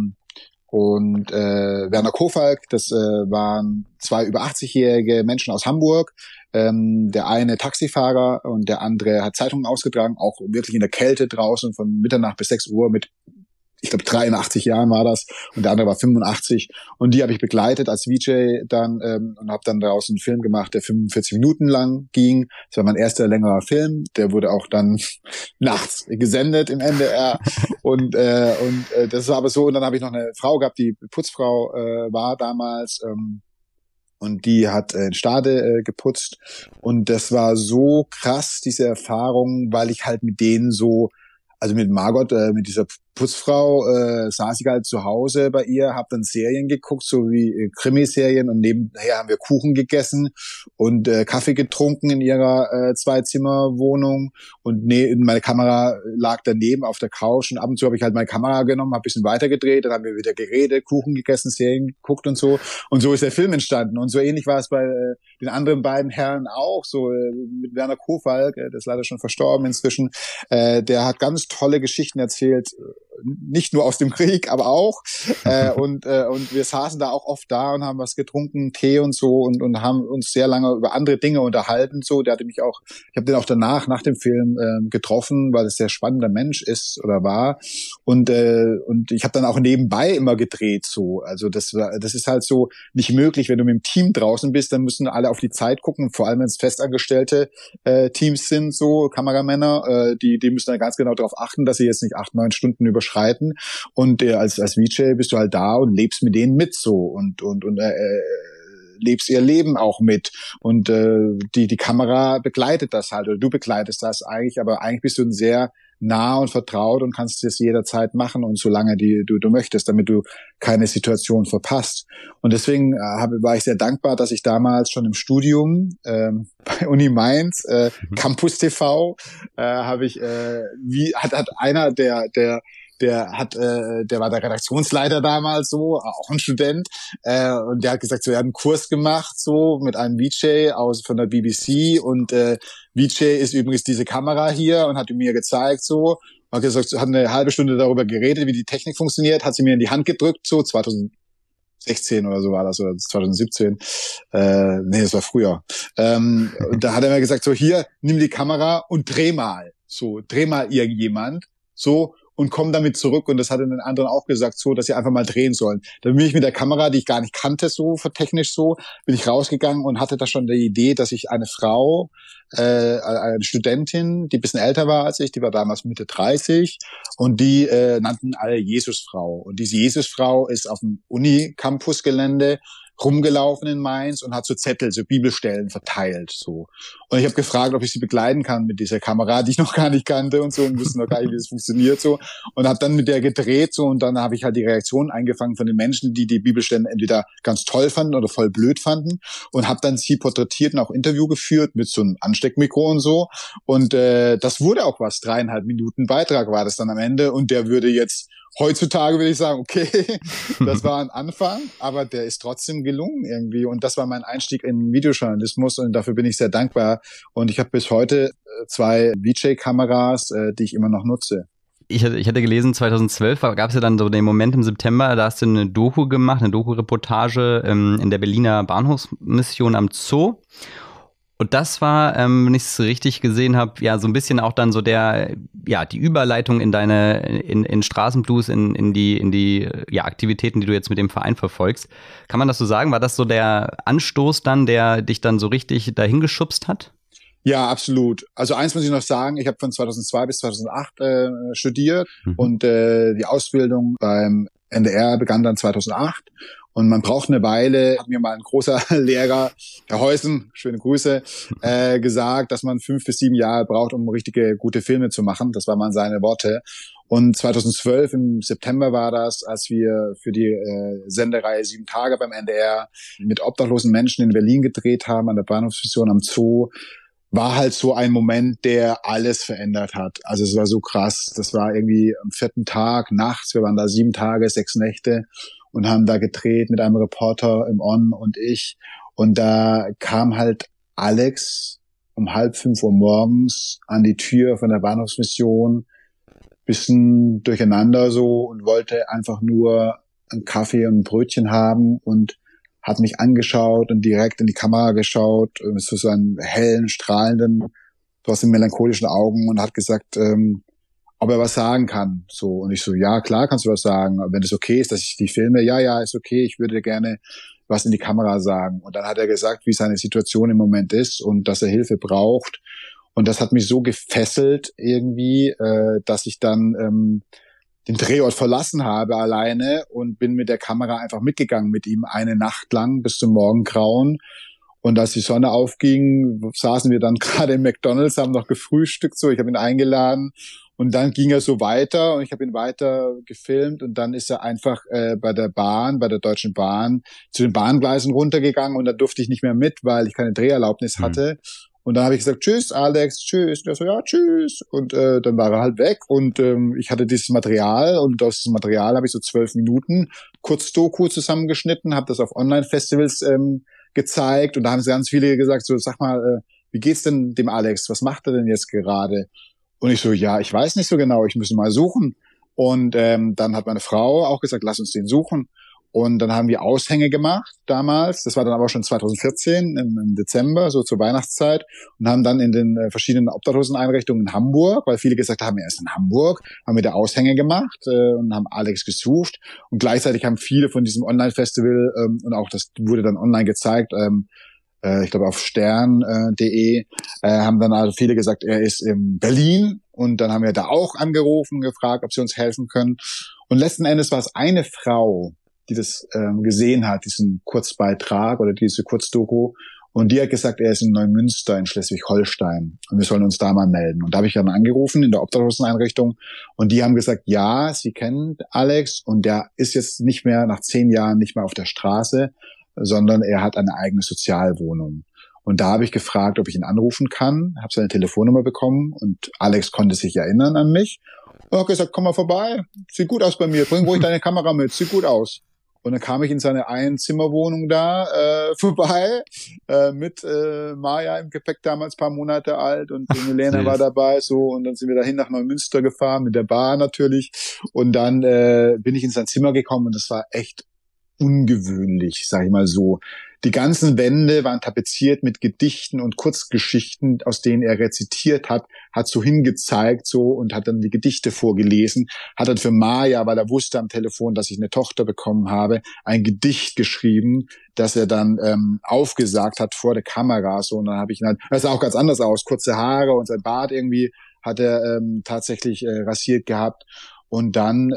Werner Kofalk. Das waren 2 über 80-jährige Menschen aus Hamburg. Der eine Taxifahrer und der andere hat Zeitungen ausgetragen, auch wirklich in der Kälte draußen von Mitternacht bis 6 Uhr mit, ich glaube 83 Jahren war das und der andere war 85 und die habe ich begleitet als VJ dann und habe dann daraus einen Film gemacht, der 45 Minuten lang ging. Das war mein erster längerer Film, der wurde auch dann nachts gesendet im NDR und das war aber so und dann habe ich noch eine Frau gehabt, die Putzfrau war damals und die hat in Stade geputzt und das war so krass, diese Erfahrung, weil ich halt mit denen so, also mit Margot, mit dieser Putzfrau, saß ich halt zu Hause bei ihr, hab dann Serien geguckt, so wie Krimiserien und nebenher haben wir Kuchen gegessen und Kaffee getrunken in ihrer 2-Zimmer-Wohnung und meine Kamera lag daneben auf der Couch und ab und zu habe ich halt meine Kamera genommen, hab ein bisschen weitergedreht, dann haben wir wieder geredet, Kuchen gegessen, Serien geguckt und so ist der Film entstanden und so ähnlich war es bei den anderen beiden Herren auch, so mit Werner Kofalk, der ist leider schon verstorben inzwischen, der hat ganz tolle Geschichten erzählt, nicht nur aus dem Krieg, aber auch. Und wir saßen da auch oft da und haben was getrunken, Tee und so und haben uns sehr lange über andere Dinge unterhalten. So, der hatte mich auch, ich habe den auch danach, nach dem Film getroffen, weil es sehr spannender Mensch ist oder war. Und ich habe dann auch nebenbei immer gedreht. So, also das ist halt so nicht möglich, wenn du mit dem Team draußen bist, dann müssen alle auf die Zeit gucken. Vor allem wenn es festangestellte Teams sind, so Kameramänner, die müssen dann ganz genau darauf achten, dass sie jetzt nicht 8-9 Stunden überschreiten. Und als VJ bist du halt da und lebst mit denen mit so und lebst ihr Leben auch mit. Und die Kamera begleitet das halt, oder du begleitest das eigentlich, aber eigentlich bist du ein sehr nah und vertraut und kannst das jederzeit machen und solange du möchtest, damit du keine Situation verpasst. Und deswegen war ich sehr dankbar, dass ich damals schon im Studium bei Uni Mainz, Campus TV, hat einer der war der Redaktionsleiter damals so, auch ein Student, und der hat gesagt, so, er hat einen Kurs gemacht so mit einem VJ von der BBC und VJ ist übrigens diese Kamera hier und hat mir gezeigt so, hat gesagt, hat eine halbe Stunde darüber geredet, wie die Technik funktioniert, hat sie mir in die Hand gedrückt so 2016 oder so war das, oder 2017. Nee, das war früher. Und da hat er mir gesagt, so hier, nimm die Kamera und dreh mal irgendjemand, so, und komm damit zurück. Und das hat den anderen auch gesagt, so, dass sie einfach mal drehen sollen. Dann bin ich mit der Kamera, die ich gar nicht kannte, so, technisch so, bin ich rausgegangen und hatte da schon die Idee, dass ich eine Frau, eine Studentin, die ein bisschen älter war als ich, die war damals Mitte 30, und die nannten alle Jesusfrau. Und diese Jesusfrau ist auf dem Uni-Campus-Gelände rumgelaufen in Mainz und hat so Zettel, so Bibelstellen verteilt, so. Und ich habe gefragt, ob ich sie begleiten kann mit dieser Kamera, die ich noch gar nicht kannte und so und wusste noch gar nicht, wie das funktioniert, so. Und habe dann mit der gedreht, so, und dann habe ich halt die Reaktion eingefangen von den Menschen, die die Bibelstellen entweder ganz toll fanden oder voll blöd fanden, und habe dann sie porträtiert und auch Interview geführt mit so einem Ansteckmikro und so. Und das wurde auch was, 3,5 Minuten Beitrag war das dann am Ende, und der würde jetzt heutzutage würde ich sagen, okay, das war ein Anfang, aber der ist trotzdem gelungen irgendwie. Und das war mein Einstieg in Videojournalismus und dafür bin ich sehr dankbar. Und ich habe bis heute 2 VJ-Kameras, die ich immer noch nutze. Ich hatte gelesen, 2012 gab es ja dann so den Moment im September, da hast du eine Doku gemacht, eine Doku-Reportage in der Berliner Bahnhofsmission am Zoo. Und das war, wenn ich es richtig gesehen habe, ja, so ein bisschen auch dann so die Überleitung in Straßenblues, in die Aktivitäten, die du jetzt mit dem Verein verfolgst. Kann man das so sagen? War das so der Anstoß dann, der dich dann so richtig dahin geschubst hat? Ja, absolut. Also eins muss ich noch sagen, ich habe von 2002 bis 2008 studiert und die Ausbildung beim NDR begann dann 2008 und man braucht eine Weile, hat mir mal ein großer Lehrer, Herr Heusen, schöne Grüße, gesagt, dass man 5 bis 7 Jahre braucht, um richtige, gute Filme zu machen. Das waren mal seine Worte. Und 2012 im September war das, als wir für die Sendereihe 7 Tage beim NDR mit obdachlosen Menschen in Berlin gedreht haben, an der Bahnhofsmission am Zoo. War halt so ein Moment, der alles verändert hat. Also es war so krass. Das war irgendwie am 4. Tag nachts. Wir waren da 7 Tage, 6 Nächte und haben da gedreht mit einem Reporter im On und ich. Und da kam halt Alex um 4:30 morgens an die Tür von der Bahnhofsmission, bisschen durcheinander so und wollte einfach nur einen Kaffee und ein Brötchen haben und hat mich angeschaut und direkt in die Kamera geschaut, mit so seinen hellen, strahlenden, trotzdem melancholischen Augen und hat gesagt, ob er was sagen kann. So, und ich so, ja, klar kannst du was sagen. Aber wenn es okay ist, dass ich die filme, ja, ist okay, ich würde gerne was in die Kamera sagen. Und dann hat er gesagt, wie seine Situation im Moment ist und dass er Hilfe braucht. Und das hat mich so gefesselt irgendwie, dass ich dann den Drehort verlassen habe alleine und bin mit der Kamera einfach mitgegangen mit ihm eine Nacht lang bis zum Morgengrauen. Und als die Sonne aufging, saßen wir dann gerade im McDonald's, haben noch gefrühstückt, so, ich habe ihn eingeladen und dann ging er so weiter und ich habe ihn weiter gefilmt und dann ist er einfach bei der Deutschen Bahn, zu den Bahngleisen runtergegangen und da durfte ich nicht mehr mit, weil ich keine Dreherlaubnis hatte. Und dann habe ich gesagt, tschüss, Alex, tschüss. Und er so, ja, tschüss. Und dann war er halt weg. Und ich hatte dieses Material. Und aus diesem Material habe ich so 12 Minuten Kurzdoku zusammengeschnitten, habe das auf Online-Festivals gezeigt. Und da haben sie ganz viele gesagt, so, sag mal, wie geht's denn dem Alex? Was macht er denn jetzt gerade? Und ich so, ja, ich weiß nicht so genau. Ich muss ihn mal suchen. Und dann hat meine Frau auch gesagt, lass uns den suchen. Und dann haben wir Aushänge gemacht damals. Das war dann aber schon 2014 im Dezember, so zur Weihnachtszeit. Und haben dann in den verschiedenen Obdachloseneinrichtungen in Hamburg, weil viele gesagt haben, er ist in Hamburg, haben wir da Aushänge gemacht und haben Alex gesucht. Und gleichzeitig haben viele von diesem Online-Festival und auch das wurde dann online gezeigt, ich glaube auf stern.de, haben dann also viele gesagt, er ist in Berlin. Und dann haben wir da auch angerufen, gefragt, ob sie uns helfen können. Und letzten Endes war es eine Frau, die das gesehen hat, diesen Kurzbeitrag oder diese Kurzdoku. Und die hat gesagt, er ist in Neumünster in Schleswig-Holstein und wir sollen uns da mal melden. Und da habe ich dann angerufen in der Obdachloseneinrichtung und die haben gesagt, ja, sie kennen Alex und der ist jetzt nicht mehr, nach 10 Jahren nicht mehr auf der Straße, sondern er hat eine eigene Sozialwohnung. Und da habe ich gefragt, ob ich ihn anrufen kann, habe seine Telefonnummer bekommen und Alex konnte sich erinnern an mich. Er hat gesagt, komm mal vorbei, sieht gut aus bei mir, bring ruhig deine Kamera mit, sieht gut aus. Und dann kam ich in seine Einzimmerwohnung da vorbei mit Maja im Gepäck, damals paar Monate alt und Milena war dabei so und dann sind wir dahin nach Neumünster gefahren mit der Bahn natürlich und dann bin ich in sein Zimmer gekommen und das war echt ungewöhnlich, sag ich mal so. Die ganzen Wände waren tapeziert mit Gedichten und Kurzgeschichten, aus denen er rezitiert hat, hat so hingezeigt so und hat dann die Gedichte vorgelesen, hat dann für Maja, weil er wusste am Telefon, dass ich eine Tochter bekommen habe, ein Gedicht geschrieben, das er dann aufgesagt hat vor der Kamera so und dann habe ich ihn halt, das sah auch ganz anders aus, kurze Haare und sein Bart irgendwie hat er tatsächlich rasiert gehabt und dann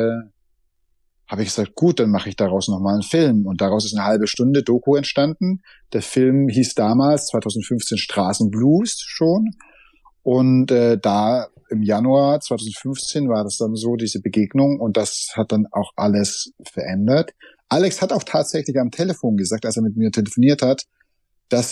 habe ich gesagt, gut, dann mache ich daraus nochmal einen Film. Und daraus ist eine halbe Stunde Doku entstanden. Der Film hieß damals, 2015, Straßenblues schon. Und da im Januar 2015 war das dann so, diese Begegnung. Und das hat dann auch alles verändert. Alex hat auch tatsächlich am Telefon gesagt, als er mit mir telefoniert hat, dass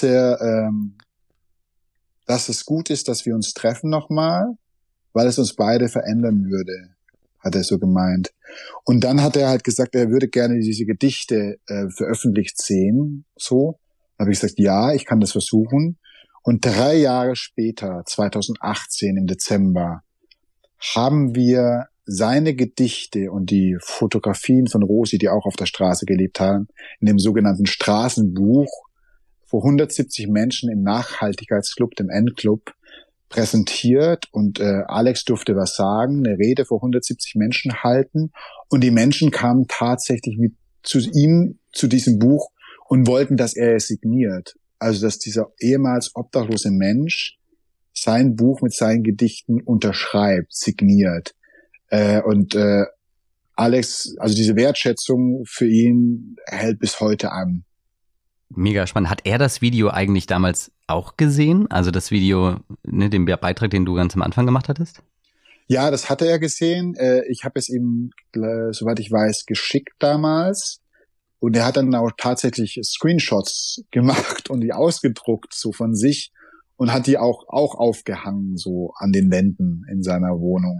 es gut ist, dass wir uns treffen nochmal, weil es uns beide verändern würde, hat er so gemeint. Und dann hat er halt gesagt, er würde gerne diese Gedichte veröffentlicht sehen. So habe ich gesagt, ja, ich kann das versuchen. Und 3 Jahre später, 2018 im Dezember, haben wir seine Gedichte und die Fotografien von Rosi, die auch auf der Straße gelebt haben, in dem sogenannten Straßenbuch vor 170 Menschen im Nachhaltigkeitsclub, dem N-Club, präsentiert. Und Alex durfte was sagen, eine Rede vor 170 Menschen halten. Und die Menschen kamen tatsächlich mit zu ihm, zu diesem Buch, und wollten, dass er es signiert. Also, dass dieser ehemals obdachlose Mensch sein Buch mit seinen Gedichten unterschreibt, signiert. Alex, also diese Wertschätzung für ihn hält bis heute an. Mega spannend. Hat er das Video eigentlich damals auch gesehen? Also das Video, ne, den Beitrag, den du ganz am Anfang gemacht hattest? Ja, das hatte er gesehen. Ich habe es ihm, soweit ich weiß, geschickt damals. Und er hat dann auch tatsächlich Screenshots gemacht und die ausgedruckt so von sich und hat die auch aufgehangen so an den Wänden in seiner Wohnung.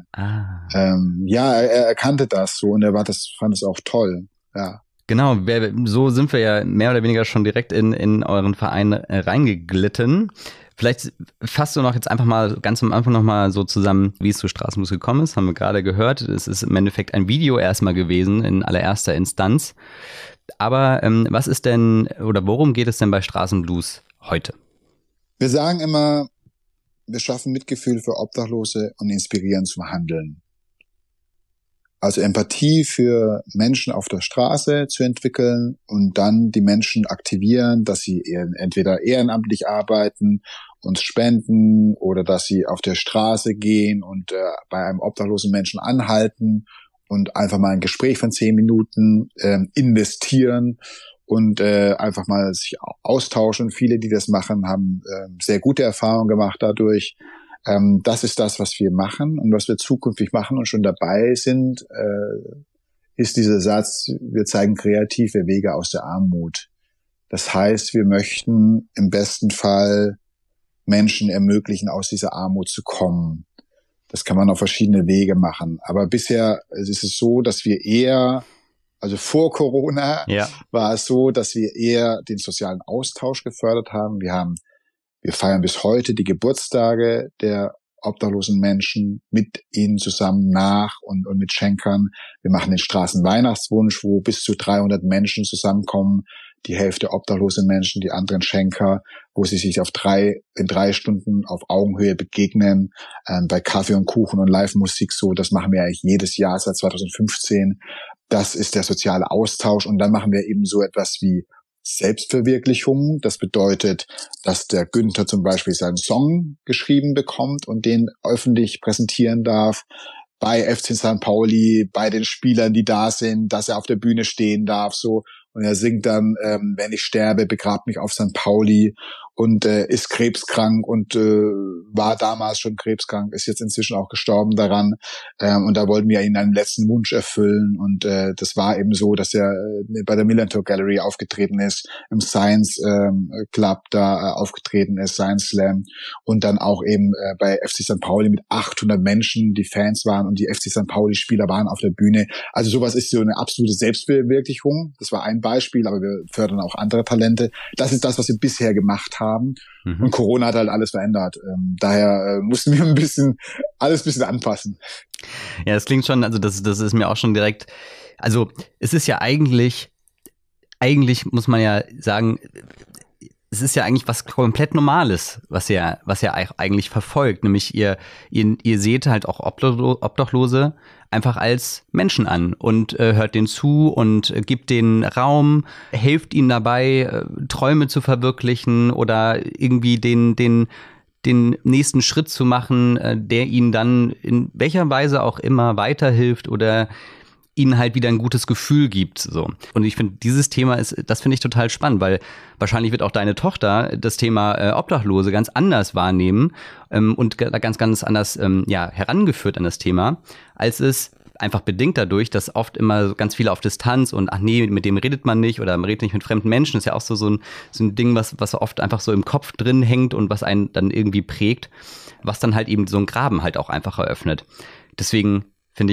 Er erkannte das so und fand es auch toll. Ja. Genau, so sind wir ja mehr oder weniger schon direkt in euren Verein reingeglitten. Vielleicht fasst du noch jetzt einfach mal ganz am Anfang noch mal so zusammen, wie es zu Straßenblues gekommen ist. Haben wir gerade gehört. Es ist im Endeffekt ein Video erstmal gewesen in allererster Instanz. Aber was ist denn oder worum geht es denn bei Straßenblues heute? Wir sagen immer, wir schaffen Mitgefühl für Obdachlose und inspirieren zum Handeln. Also Empathie für Menschen auf der Straße zu entwickeln und dann die Menschen aktivieren, dass sie entweder ehrenamtlich arbeiten, uns spenden oder dass sie auf der Straße gehen und bei einem obdachlosen Menschen anhalten und einfach mal ein Gespräch von 10 Minuten investieren und einfach mal sich austauschen. Viele, die das machen, haben sehr gute Erfahrungen gemacht dadurch. Das ist das, was wir machen und was wir zukünftig machen und schon dabei sind, ist dieser Satz, wir zeigen kreative Wege aus der Armut. Das heißt, wir möchten im besten Fall Menschen ermöglichen, aus dieser Armut zu kommen. Das kann man auf verschiedene Wege machen. Aber bisher ist es so, dass wir also vor Corona war es so, dass wir eher den sozialen Austausch gefördert haben. Wir feiern bis heute die Geburtstage der obdachlosen Menschen mit ihnen zusammen nach und mit Schenkern. Wir machen den Straßenweihnachtswunsch, wo bis zu 300 Menschen zusammenkommen. Die Hälfte obdachlose Menschen, die anderen Schenker, wo sie sich in 3 Stunden auf Augenhöhe begegnen, bei Kaffee und Kuchen und Live-Musik so. Das machen wir eigentlich jedes Jahr seit 2015. Das ist der soziale Austausch. Und dann machen wir eben so etwas wie Selbstverwirklichung. Das bedeutet, dass der Günther zum Beispiel seinen Song geschrieben bekommt und den öffentlich präsentieren darf. Bei FC St. Pauli, bei den Spielern, die da sind, dass er auf der Bühne stehen darf, so. Und er singt dann, wenn ich sterbe, begrab mich auf St. Pauli und ist krebskrank und war damals schon krebskrank, ist jetzt inzwischen auch gestorben daran. Und da wollten wir ihn einen letzten Wunsch erfüllen. Und das war eben so, dass er bei der Millantor Gallery aufgetreten ist, im Science Club da aufgetreten ist, Science Slam. Und dann auch eben bei FC St. Pauli mit 800 Menschen, die Fans waren und die FC St. Pauli-Spieler waren auf der Bühne. Also sowas ist so eine absolute Selbstverwirklichung. Das war ein Beispiel, aber wir fördern auch andere Talente. Das ist das, was wir bisher gemacht haben. Und Corona hat halt alles verändert. Daher mussten wir alles ein bisschen anpassen. Ja, das klingt schon, also das ist mir auch schon direkt, also es ist ja eigentlich muss man ja sagen, es ist ja eigentlich was komplett Normales, was ihr eigentlich verfolgt. Nämlich ihr seht halt auch Obdachlose einfach als Menschen an und hört denen zu und gibt denen Raum, hilft ihnen dabei, Träume zu verwirklichen oder irgendwie den nächsten Schritt zu machen, der ihnen dann in welcher Weise auch immer weiterhilft oder ihnen halt wieder ein gutes Gefühl gibt. So. Und ich finde, dieses Thema das finde ich total spannend, weil wahrscheinlich wird auch deine Tochter das Thema Obdachlose ganz anders wahrnehmen und ganz, ganz anders herangeführt an das Thema, als es einfach bedingt dadurch, dass oft immer ganz viele auf Distanz und ach nee, mit dem redet man nicht oder man redet nicht mit fremden Menschen. Das ist ja auch so ein Ding, was oft einfach so im Kopf drin hängt und was einen dann irgendwie prägt, was dann halt eben so einen Graben halt auch einfach eröffnet. Deswegen finde ich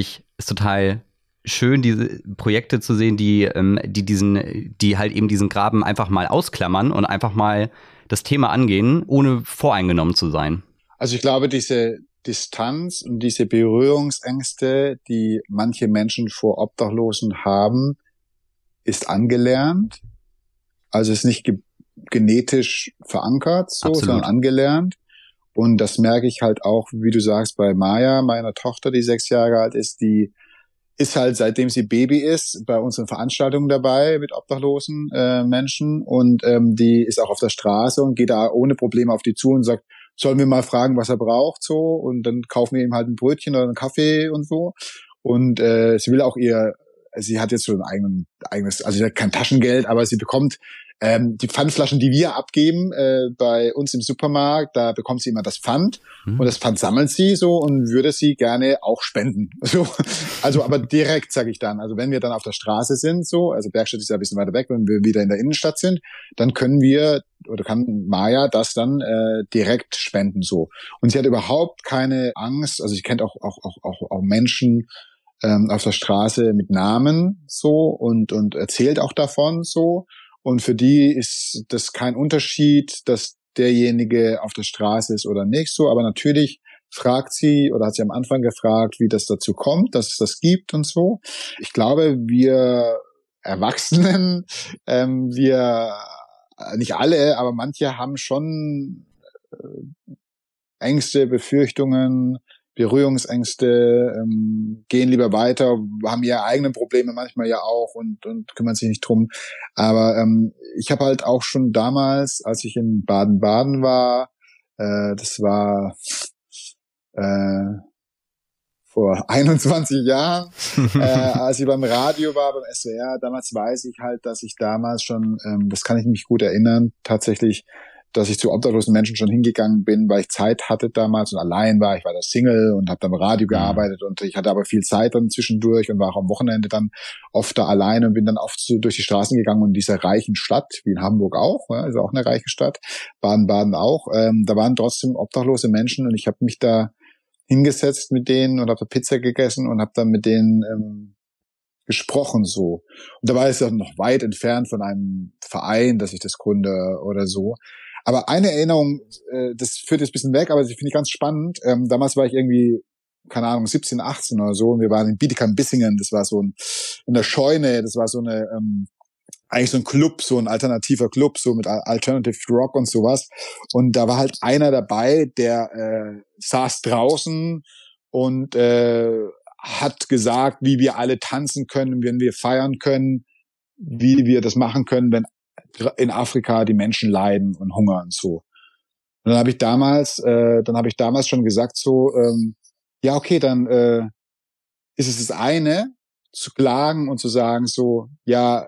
ist total schön, diese Projekte zu sehen, die halt eben diesen Graben einfach mal ausklammern und einfach mal das Thema angehen, ohne voreingenommen zu sein. Also ich glaube, diese Distanz und diese Berührungsängste, die manche Menschen vor Obdachlosen haben, ist angelernt. Also ist nicht genetisch verankert, sondern angelernt. Und das merke ich halt auch, wie du sagst, bei Maya, meiner Tochter, die 6 Jahre alt ist, die ist halt, seitdem sie Baby ist, bei unseren Veranstaltungen dabei mit obdachlosen Menschen und die ist auch auf der Straße und geht da ohne Probleme auf die zu und sagt, sollen wir mal fragen, was er braucht, so, und dann kaufen wir ihm halt ein Brötchen oder einen Kaffee und so. Und sie will auch sie hat jetzt schon eigenes, also sie hat kein Taschengeld, aber sie bekommt die Pfandflaschen, die wir abgeben bei uns im Supermarkt, da bekommt sie immer das Pfand und das Pfand sammelt sie so und würde sie gerne auch spenden. So, also aber direkt, sage ich dann. Also wenn wir dann auf der Straße sind, so, also Bergstedt ist ja ein bisschen weiter weg, wenn wir wieder in der Innenstadt sind, dann können wir oder kann Maya das dann direkt spenden so. Und sie hat überhaupt keine Angst. Also sie kennt auch Menschen auf der Straße mit Namen so und erzählt auch davon so. Und für die ist das kein Unterschied, dass derjenige auf der Straße ist oder nicht so. Aber natürlich fragt sie oder hat sie am Anfang gefragt, wie das dazu kommt, dass es das gibt und so. Ich glaube, wir Erwachsenen, wir nicht alle, aber manche haben schon Ängste, Befürchtungen, Berührungsängste, gehen lieber weiter, haben ihre eigenen Probleme manchmal ja auch und kümmern sich nicht drum. Aber ich habe halt auch schon damals, als ich in Baden-Baden war, das war vor 21 Jahren, als ich beim Radio war, beim SWR, damals weiß ich halt, dass ich damals schon, das kann ich mich gut erinnern, tatsächlich, dass ich zu obdachlosen Menschen schon hingegangen bin, weil ich Zeit hatte damals und allein war. Ich war da Single und habe dann im Radio gearbeitet und ich hatte aber viel Zeit dann zwischendurch und war auch am Wochenende dann oft da allein und bin dann oft durch die Straßen gegangen und in dieser reichen Stadt, wie in Hamburg auch, ja, ist auch eine reiche Stadt, Baden-Baden auch, da waren trotzdem obdachlose Menschen und ich habe mich da hingesetzt mit denen und habe Pizza gegessen und habe dann mit denen gesprochen so. Und da war es ja noch weit entfernt von einem Verein, dass ich das gründe oder so. Aber eine Erinnerung, das führt jetzt ein bisschen weg, aber die finde ich ganz spannend. Damals war ich irgendwie, keine Ahnung, 17, 18 oder so und wir waren in Bietigheim-Bissingen, das war so in der Scheune, das war so eine, eigentlich so ein Club, so ein alternativer Club, so mit Alternative Rock und sowas. Und da war halt einer dabei, der saß draußen und hat gesagt, wie wir alle tanzen können, wenn wir feiern können, wie wir das machen können, wenn in Afrika die Menschen leiden und hungern so. Und dann habe ich damals schon gesagt so, ja okay, dann ist es das eine, zu klagen und zu sagen so, ja,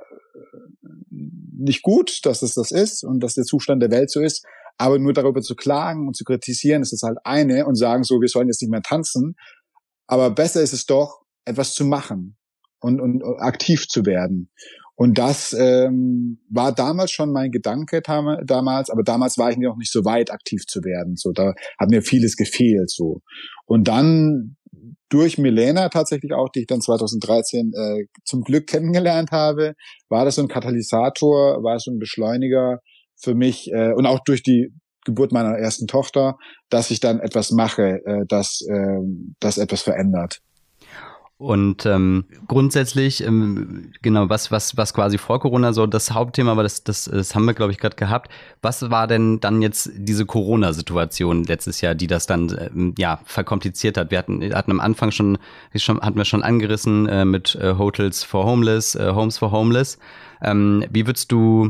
nicht gut, dass es das ist und dass der Zustand der Welt so ist, aber nur darüber zu klagen und zu kritisieren, ist es halt eine und sagen so, wir sollen jetzt nicht mehr tanzen. Aber besser ist es doch, etwas zu machen und aktiv zu werden. Und das war damals schon mein Gedanke damals, aber damals war ich noch nicht so weit, aktiv zu werden. So, da hat mir vieles gefehlt. So. Und dann durch Milena tatsächlich auch, die ich dann 2013 zum Glück kennengelernt habe, war das so ein Katalysator, war es so ein Beschleuniger für mich und auch durch die Geburt meiner ersten Tochter, dass ich dann etwas mache, das etwas verändert. Und grundsätzlich, genau, was quasi vor Corona so das Hauptthema war, das haben wir, glaube ich, gerade gehabt. Was war denn dann jetzt diese Corona-Situation letztes Jahr, die das dann verkompliziert hat? Wir hatten am Anfang hatten wir schon angerissen mit Hotels for Homeless, Homes for Homeless. Wie würdest du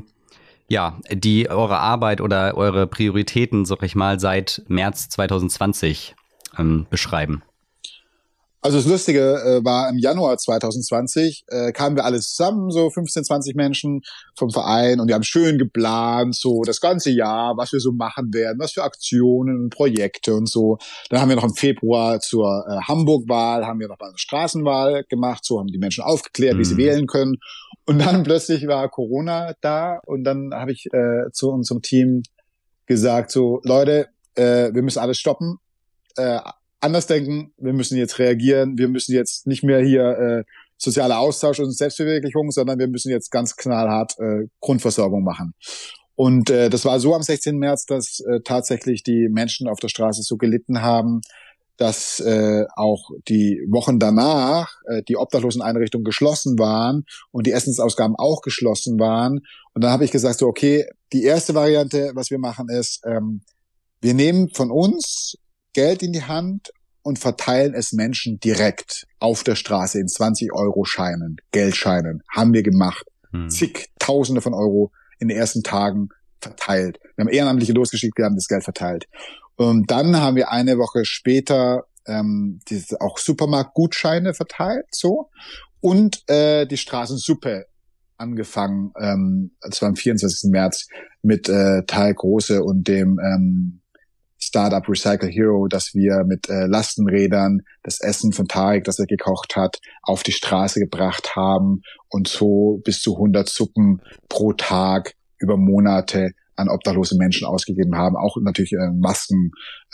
eure Arbeit oder eure Prioritäten, sag ich mal, seit März 2020 beschreiben? Also das Lustige war, im Januar 2020 kamen wir alle zusammen, so 15, 20 Menschen vom Verein und wir haben schön geplant, so das ganze Jahr, was wir so machen werden, was für Aktionen und Projekte und so. Dann haben wir noch im Februar zur Hamburg-Wahl, haben wir noch mal eine Straßenwahl gemacht, so haben die Menschen aufgeklärt, wie sie wählen können. Und dann plötzlich war Corona da und dann habe ich zu unserem Team gesagt, so Leute, wir müssen alles stoppen, anders denken, wir müssen jetzt reagieren, wir müssen jetzt nicht mehr hier sozialer Austausch und Selbstverwirklichung, sondern wir müssen jetzt ganz knallhart Grundversorgung machen. Und das war so am 16. März, dass tatsächlich die Menschen auf der Straße so gelitten haben, dass auch die Wochen danach die Obdachloseneinrichtungen geschlossen waren und die Essensausgaben auch geschlossen waren. Und dann habe ich gesagt, so okay, die erste Variante, was wir machen, ist, wir nehmen von uns Geld in die Hand und verteilen es Menschen direkt auf der Straße in 20-Euro-Scheinen, Geldscheinen. Haben wir gemacht. Zigtausende von Euro in den ersten Tagen verteilt. Wir haben Ehrenamtliche losgeschickt, wir haben das Geld verteilt. Und dann haben wir eine Woche später auch Supermarktgutscheine verteilt, so, und die Straßensuppe angefangen, das war am 24. März, mit Tarek Große und dem Startup Recycle Hero, dass wir mit Lastenrädern das Essen von Tarek, das er gekocht hat, auf die Straße gebracht haben und so bis zu 100 Suppen pro Tag über Monate an obdachlose Menschen ausgegeben haben, auch natürlich Masken,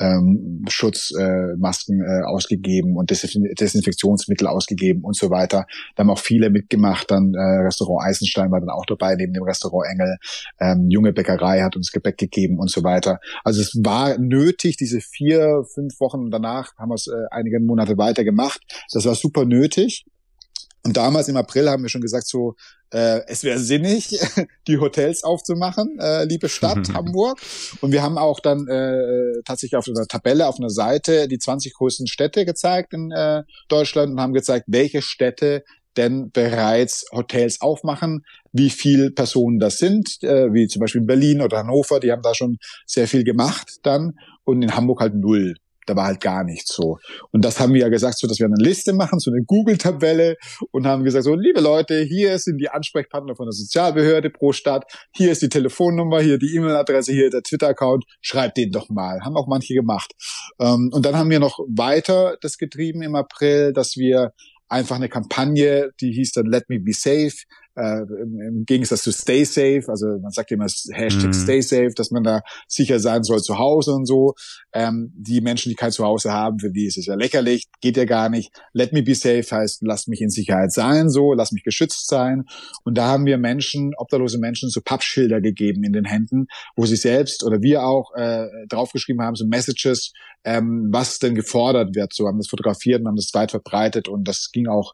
Schutzmasken ausgegeben und Desinfektionsmittel ausgegeben und so weiter. Da haben auch viele mitgemacht, dann Restaurant Eisenstein war dann auch dabei, neben dem Restaurant Engel, Junge Bäckerei hat uns Gebäck gegeben und so weiter. Also es war nötig, diese 4-5 Wochen danach haben wir es einige Monate weiter gemacht. Das war super nötig. Und damals im April haben wir schon gesagt, so es wäre sinnig, die Hotels aufzumachen, liebe Stadt Hamburg. Und wir haben auch dann tatsächlich auf einer Tabelle, auf einer Seite die 20 größten Städte gezeigt in Deutschland und haben gezeigt, welche Städte denn bereits Hotels aufmachen, wie viel Personen das sind, wie zum Beispiel Berlin oder Hannover, die haben da schon sehr viel gemacht dann und in Hamburg halt 0. Da war halt gar nichts so. Und das haben wir ja gesagt, so dass wir eine Liste machen, so eine Google-Tabelle und haben gesagt, so liebe Leute, hier sind die Ansprechpartner von der Sozialbehörde pro Stadt, hier ist die Telefonnummer, hier die E-Mail-Adresse, hier der Twitter-Account, schreibt den doch mal. Haben auch manche gemacht. Und dann haben wir noch weiter das getrieben im April, dass wir einfach eine Kampagne, die hieß dann Let Me Be Safe, im Gegensatz zu Stay Safe, also man sagt immer Hashtag Stay Safe, dass man da sicher sein soll zu Hause und so. Die Menschen, die kein Zuhause haben, für die ist es ja lächerlich, geht ja gar nicht. Let Me Be Safe heißt, lass mich in Sicherheit sein, so, lass mich geschützt sein. Und da haben wir Menschen, obdachlose Menschen, so Pappschilder gegeben in den Händen, wo sie selbst oder wir auch draufgeschrieben haben, so Messages, was denn gefordert wird. So haben das fotografiert und haben das weit verbreitet und das ging auch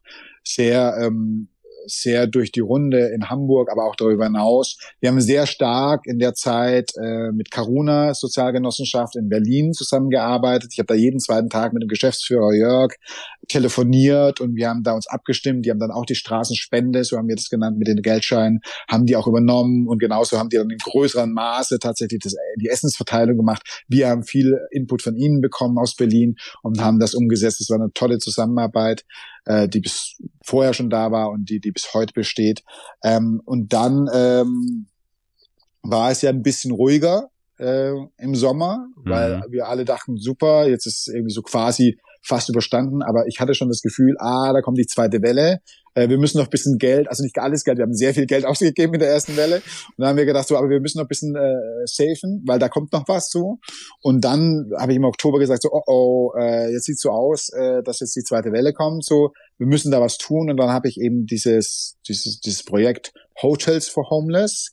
sehr durch die Runde in Hamburg, aber auch darüber hinaus. Wir haben sehr stark in der Zeit mit Karuna Sozialgenossenschaft in Berlin zusammengearbeitet. Ich habe da jeden zweiten Tag mit dem Geschäftsführer Jörg telefoniert und wir haben da uns abgestimmt. Die haben dann auch die Straßenspende, so haben wir das genannt, mit den Geldscheinen, haben die auch übernommen und genauso haben die dann in größerem Maße tatsächlich die Essensverteilung gemacht. Wir haben viel Input von ihnen bekommen aus Berlin und haben das umgesetzt. Es war eine tolle Zusammenarbeit, die bis vorher schon da war und die bis heute besteht. Und dann war es ja ein bisschen ruhiger im Sommer, weil wir alle dachten, super, jetzt ist irgendwie so quasi fast überstanden, aber ich hatte schon das Gefühl, da kommt die zweite Welle. Wir müssen noch ein bisschen Geld, also nicht alles Geld, wir haben sehr viel Geld ausgegeben in der ersten Welle. Und dann haben wir gedacht, so, aber wir müssen noch ein bisschen safen, weil da kommt noch was so. Und dann habe ich im Oktober gesagt, so, jetzt sieht's so aus, dass jetzt die zweite Welle kommt, so, wir müssen da was tun. Und dann habe ich eben dieses Projekt Hotels for Homeless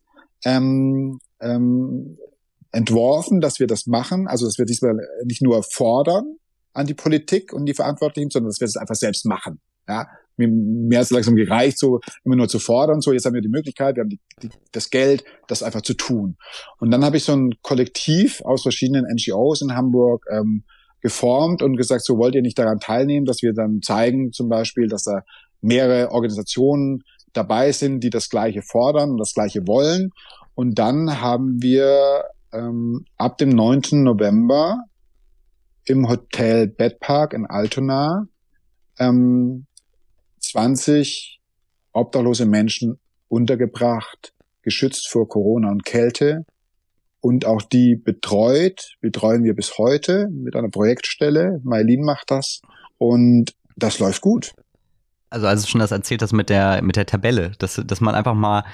entworfen, dass wir das machen, also dass wir diesmal nicht nur fordern an die Politik und die Verantwortlichen, sondern dass wir das einfach selbst machen. Ja, mir hat es langsam gereicht, so immer nur zu fordern. So, jetzt haben wir die Möglichkeit, wir haben das Geld, das einfach zu tun. Und dann habe ich so ein Kollektiv aus verschiedenen NGOs in Hamburg geformt und gesagt, so wollt ihr nicht daran teilnehmen, dass wir dann zeigen, zum Beispiel, dass da mehrere Organisationen dabei sind, die das Gleiche fordern und das Gleiche wollen. Und dann haben wir ab dem 9. November im Hotel Bedpark in Altona 20 obdachlose Menschen untergebracht, geschützt vor Corona und Kälte und auch die betreuen wir bis heute mit einer Projektstelle. Mailin macht das und das läuft gut. Also als du schon das erzählt hast mit der Tabelle, dass man einfach mal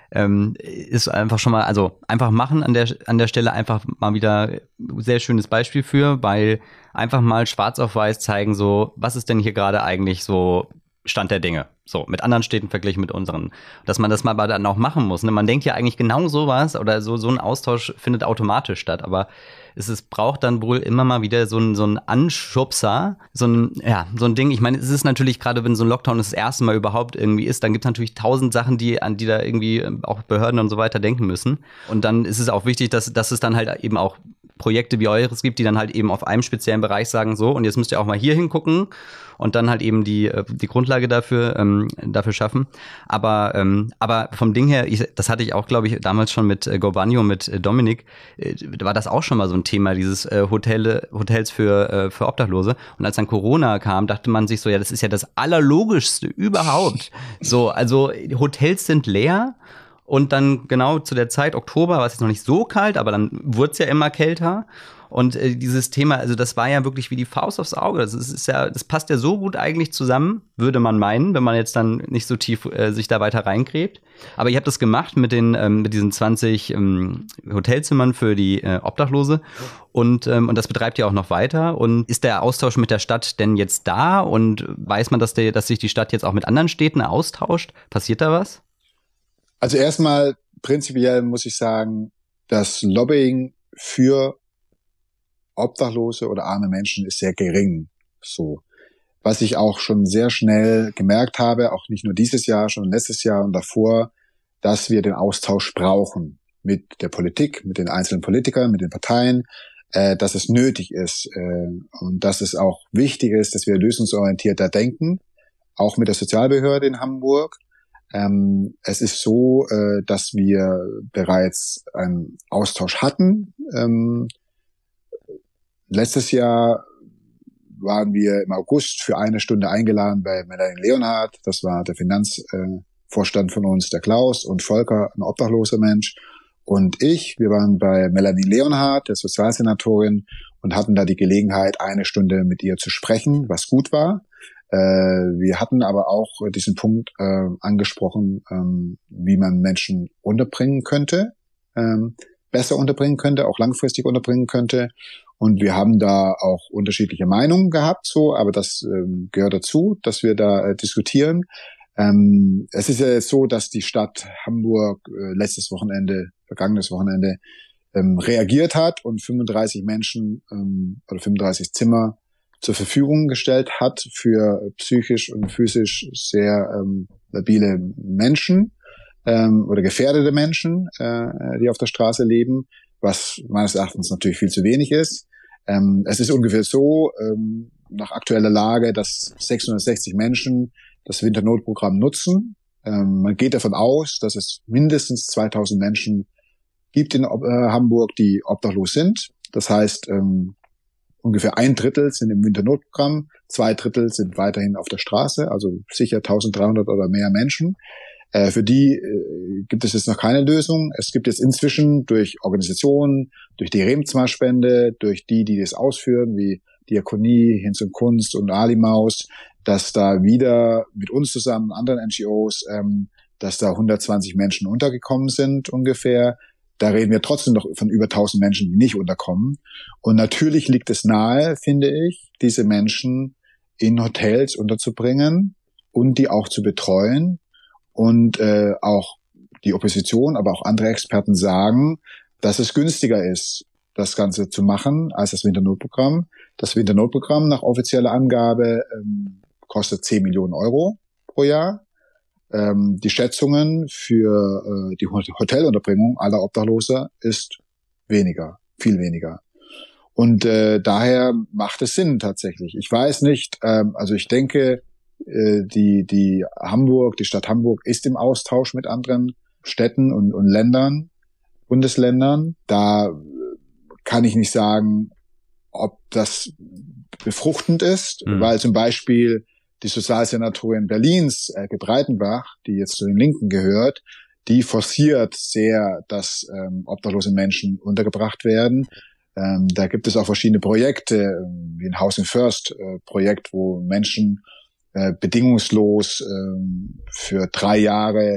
ist einfach schon mal, also einfach machen an der Stelle einfach mal wieder sehr schönes Beispiel für, weil einfach mal schwarz auf weiß zeigen, so, was ist denn hier gerade eigentlich so Stand der Dinge? So, mit anderen Städten verglichen mit unseren. Dass man das mal dann auch machen muss. Ne? Man denkt ja eigentlich genau sowas oder so ein Austausch findet automatisch statt, aber es braucht dann wohl immer mal wieder so ein Anschubser, so ein Ding. Ich meine, es ist natürlich gerade, wenn so ein Lockdown das erste Mal überhaupt irgendwie ist, dann gibt es natürlich 1000 Sachen, an die da irgendwie auch Behörden und so weiter denken müssen. Und dann ist es auch wichtig, dass es dann halt eben auch Projekte wie eures gibt, die dann halt eben auf einem speziellen Bereich sagen, so, und jetzt müsst ihr auch mal hier hingucken und dann halt eben die Grundlage dafür schaffen. Aber vom Ding her, das hatte ich auch, glaube ich, damals schon mit Gobanio, mit Dominik, war das auch schon mal so ein Thema, dieses Hotels für Obdachlose. Und als dann Corona kam, dachte man sich so, ja, das ist ja das Allerlogischste überhaupt. So, also Hotels sind leer. Und dann genau zu der Zeit, Oktober, war es jetzt noch nicht so kalt, aber dann wurde es ja immer kälter. Und dieses Thema, also das war ja wirklich wie die Faust aufs Auge. Das passt ja so gut eigentlich zusammen, würde man meinen, wenn man jetzt dann nicht so tief sich da weiter reingräbt. Aber ihr habt das gemacht mit diesen 20 Hotelzimmern für die Obdachlose. Und das betreibt ihr auch noch weiter. Und ist der Austausch mit der Stadt denn jetzt da? Und weiß man, dass sich die Stadt jetzt auch mit anderen Städten austauscht? Passiert da was? Also erstmal prinzipiell muss ich sagen, das Lobbying für Obdachlose oder arme Menschen ist sehr gering. So. Was ich auch schon sehr schnell gemerkt habe, auch nicht nur dieses Jahr, schon letztes Jahr und davor, dass wir den Austausch brauchen mit der Politik, mit den einzelnen Politikern, mit den Parteien, dass es nötig ist und dass es auch wichtig ist, dass wir lösungsorientierter denken, auch mit der Sozialbehörde in Hamburg. Es ist so, dass wir bereits einen Austausch hatten. Letztes Jahr waren wir im August für eine Stunde eingeladen bei Melanie Leonhardt. Das war der Finanzvorstand von uns, der Klaus, und Volker, ein obdachloser Mensch, und ich. Wir waren bei Melanie Leonhardt, der Sozialsenatorin, und hatten da die Gelegenheit, eine Stunde mit ihr zu sprechen, was gut war. Wir hatten aber auch diesen Punkt angesprochen, wie man Menschen unterbringen könnte, besser unterbringen könnte, auch langfristig unterbringen könnte. Und wir haben da auch unterschiedliche Meinungen gehabt, so, aber das gehört dazu, dass wir da diskutieren. Es ist ja jetzt so, dass die Stadt Hamburg vergangenes Wochenende, reagiert hat und 35 Menschen oder 35 Zimmer zur Verfügung gestellt hat für psychisch und physisch sehr labile Menschen oder gefährdete Menschen, die auf der Straße leben, was meines Erachtens natürlich viel zu wenig ist. Es ist ungefähr so, nach aktueller Lage, dass 660 Menschen das Winternotprogramm nutzen. Man geht davon aus, dass es mindestens 2000 Menschen gibt in Hamburg, die obdachlos sind. Das heißt, ungefähr 1/3 sind im Winternotprogramm, 2/3 sind weiterhin auf der Straße, also sicher 1300 oder mehr Menschen. Für die gibt es jetzt noch keine Lösung. Es gibt jetzt inzwischen durch Organisationen, durch die Remsmar-Spende, durch die das ausführen, wie Diakonie, Hinz und Kunst und Ali Maus, dass da wieder mit uns zusammen, anderen NGOs, dass da 120 Menschen untergekommen sind ungefähr. Da reden wir trotzdem noch von über 1000 Menschen, die nicht unterkommen. Und natürlich liegt es nahe, finde ich, diese Menschen in Hotels unterzubringen und die auch zu betreuen. Und auch die Opposition, aber auch andere Experten sagen, dass es günstiger ist, das Ganze zu machen als das Winternotprogramm. Das Winternotprogramm nach offizieller Angabe kostet 10 Millionen Euro pro Jahr. Die Schätzungen für die Hotelunterbringung aller Obdachloser ist weniger, viel weniger. Und daher macht es Sinn tatsächlich. Ich weiß nicht, also ich denke, die Stadt Hamburg ist im Austausch mit anderen Städten und Ländern, Bundesländern. Da kann ich nicht sagen, ob das befruchtend ist, weil zum Beispiel die Sozialsenatorin Berlins, Elke Breitenbach, die jetzt zu den Linken gehört, die forciert sehr, dass obdachlose Menschen untergebracht werden. Da gibt es auch verschiedene Projekte, wie ein Housing First Projekt, wo Menschen bedingungslos für 3 Jahre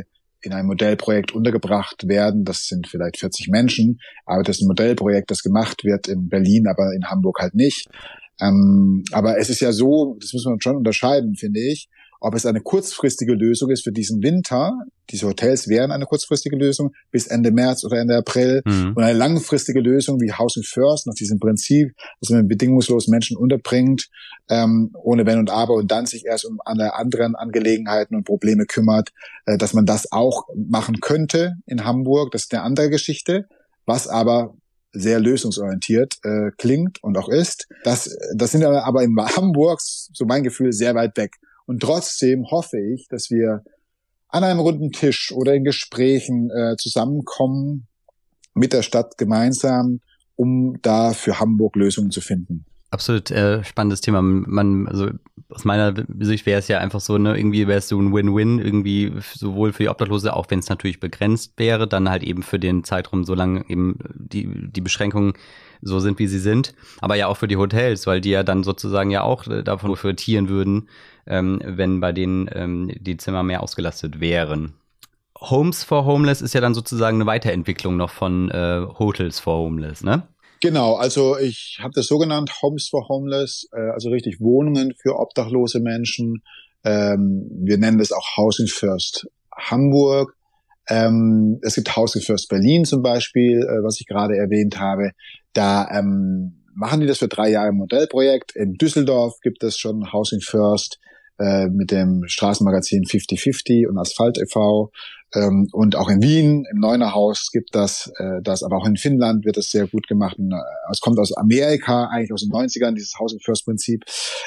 in ein Modellprojekt untergebracht werden. Das sind vielleicht 40 Menschen, aber das ist ein Modellprojekt, das gemacht wird in Berlin, aber in Hamburg halt nicht. Aber es ist ja so, das muss man schon unterscheiden, finde ich, ob es eine kurzfristige Lösung ist für diesen Winter. Diese Hotels wären eine kurzfristige Lösung bis Ende März oder Ende April. Und eine langfristige Lösung wie Housing First nach diesem Prinzip, dass man bedingungslos Menschen unterbringt, ohne Wenn und Aber und dann sich erst um alle anderen Angelegenheiten und Probleme kümmert, dass man das auch machen könnte in Hamburg. Das ist eine andere Geschichte, was aber sehr lösungsorientiert klingt und auch ist. Das sind aber in Hamburg, so mein Gefühl, sehr weit weg. Und trotzdem hoffe ich, dass wir an einem runden Tisch oder in Gesprächen zusammenkommen mit der Stadt gemeinsam, um da für Hamburg Lösungen zu finden. Absolut spannendes Thema. Also aus meiner Sicht wäre es ja einfach so, ne, irgendwie wäre es so ein Win-Win, irgendwie sowohl für die Obdachlose, auch wenn es natürlich begrenzt wäre, dann halt eben für den Zeitraum, solange eben die Beschränkungen so sind, wie sie sind, aber ja auch für die Hotels, weil die ja dann sozusagen ja auch davon profitieren würden, wenn bei denen die Zimmer mehr ausgelastet wären. Homes for Homeless ist ja dann sozusagen eine Weiterentwicklung noch von Hotels for Homeless, ne? Genau, also ich habe das so genannt, Homes for Homeless, also richtig Wohnungen für obdachlose Menschen. Wir nennen das auch Housing First Hamburg. Es gibt Housing First Berlin zum Beispiel, was ich gerade erwähnt habe. Da machen die das für 3 Jahre im Modellprojekt. In Düsseldorf gibt es schon Housing First mit dem Straßenmagazin 50/50 und Asphalt e.V. Und auch in Wien, im Neunerhaus gibt das, aber auch in Finnland wird das sehr gut gemacht. Und, es kommt aus Amerika, eigentlich aus den 90ern, dieses Housing First Prinzip.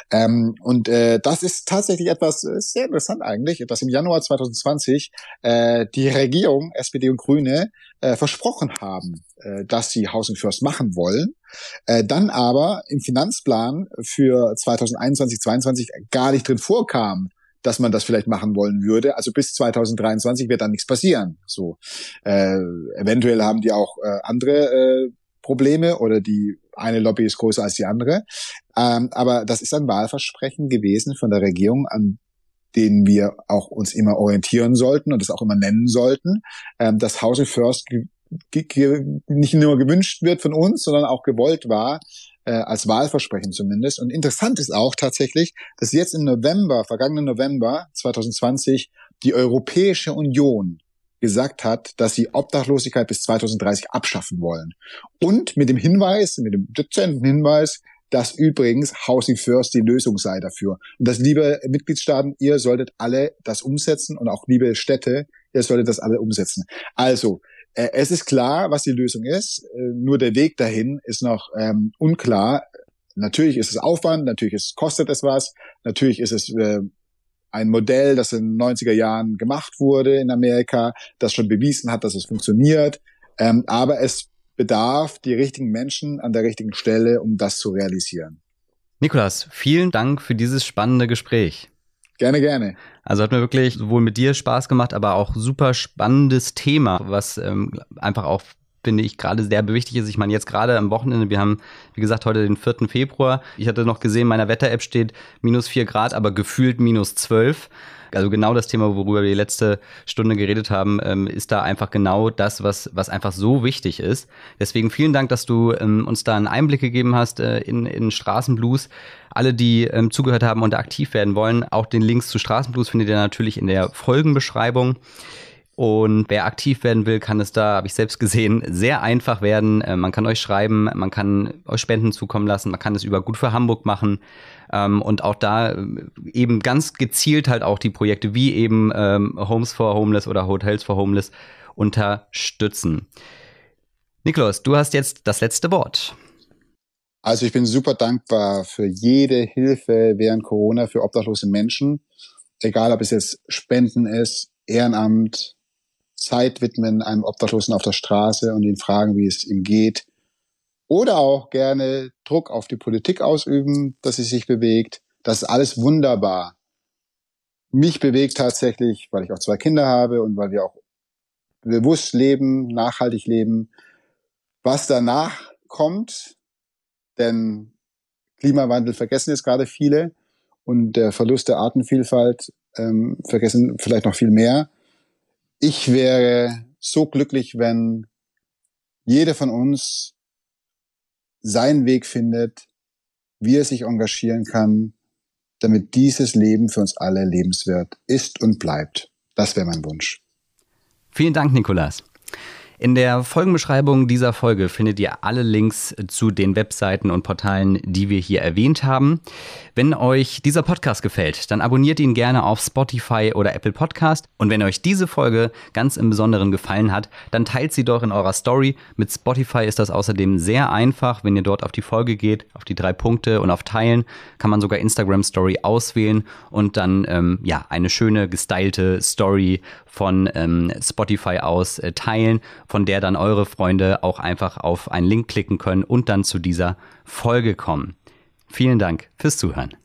Das ist tatsächlich etwas sehr interessant eigentlich, dass im Januar 2020 die Regierung, SPD und Grüne, versprochen haben, dass sie Housing First machen wollen. Dann aber im Finanzplan für 2021/22 gar nicht drin vorkam, dass man das vielleicht machen wollen würde. Also bis 2023 wird dann nichts passieren. So, eventuell haben die auch andere Probleme oder die eine Lobby ist größer als die andere. Aber das ist ein Wahlversprechen gewesen von der Regierung, an denen wir auch uns immer orientieren sollten und das auch immer nennen sollten, dass Housing First nicht nur gewünscht wird von uns, sondern auch gewollt war, als Wahlversprechen zumindest. Und interessant ist auch tatsächlich, dass jetzt im vergangenen November 2020, die Europäische Union gesagt hat, dass sie Obdachlosigkeit bis 2030 abschaffen wollen. Und mit dem dezenten Hinweis, dass übrigens Housing First die Lösung sei dafür. Und dass, liebe Mitgliedstaaten, ihr solltet alle das umsetzen und auch liebe Städte, ihr solltet das alle umsetzen. Also, es ist klar, was die Lösung ist, nur der Weg dahin ist noch unklar. Natürlich ist es Aufwand, natürlich kostet es was, natürlich ist es ein Modell, das in den 90er Jahren gemacht wurde in Amerika, das schon bewiesen hat, dass es funktioniert, aber es bedarf die richtigen Menschen an der richtigen Stelle, um das zu realisieren. Nikolas, vielen Dank für dieses spannende Gespräch. Gerne, gerne. Also hat mir wirklich sowohl mit dir Spaß gemacht, aber auch super spannendes Thema, was einfach auch, finde ich, gerade sehr wichtig ist. Ich meine, jetzt gerade am Wochenende, wir haben, wie gesagt, heute den 4. Februar. Ich hatte noch gesehen, in meiner Wetter-App steht -4 Grad, aber gefühlt -12. Also genau das Thema, worüber wir die letzte Stunde geredet haben, ist da einfach genau das, was einfach so wichtig ist. Deswegen vielen Dank, dass du uns da einen Einblick gegeben hast in Straßenblues. Alle, die zugehört haben und da aktiv werden wollen, auch den Links zu Straßenblues findet ihr natürlich in der Folgenbeschreibung. Und wer aktiv werden will, kann es da, habe ich selbst gesehen, sehr einfach werden. Man kann euch schreiben, man kann euch Spenden zukommen lassen, man kann es über Gut für Hamburg machen. Und auch da eben ganz gezielt halt auch die Projekte wie eben Homes for Homeless oder Hotels for Homeless unterstützen. Nikolaus, du hast jetzt das letzte Wort. Also ich bin super dankbar für jede Hilfe während Corona für obdachlose Menschen. Egal, ob es jetzt Spenden ist, Ehrenamt, Zeit widmen einem Obdachlosen auf der Straße und ihn fragen, wie es ihm geht. Oder auch gerne Druck auf die Politik ausüben, dass sie sich bewegt. Das ist alles wunderbar. Mich bewegt tatsächlich, weil ich auch 2 Kinder habe und weil wir auch bewusst leben, nachhaltig leben, was danach kommt. Denn Klimawandel vergessen jetzt gerade viele und der Verlust der Artenvielfalt vergessen vielleicht noch viel mehr. Ich wäre so glücklich, wenn jeder von uns seinen Weg findet, wie er sich engagieren kann, damit dieses Leben für uns alle lebenswert ist und bleibt. Das wäre mein Wunsch. Vielen Dank, Nikolas. In der Folgenbeschreibung dieser Folge findet ihr alle Links zu den Webseiten und Portalen, die wir hier erwähnt haben. Wenn euch dieser Podcast gefällt, dann abonniert ihn gerne auf Spotify oder Apple Podcast. Und wenn euch diese Folge ganz im Besonderen gefallen hat, dann teilt sie doch in eurer Story. Mit Spotify ist das außerdem sehr einfach. Wenn ihr dort auf die Folge geht, auf die 3 Punkte und auf Teilen, kann man sogar Instagram Story auswählen und dann eine schöne gestylte Story von Spotify aus teilen, von der dann eure Freunde auch einfach auf einen Link klicken können und dann zu dieser Folge kommen. Vielen Dank fürs Zuhören.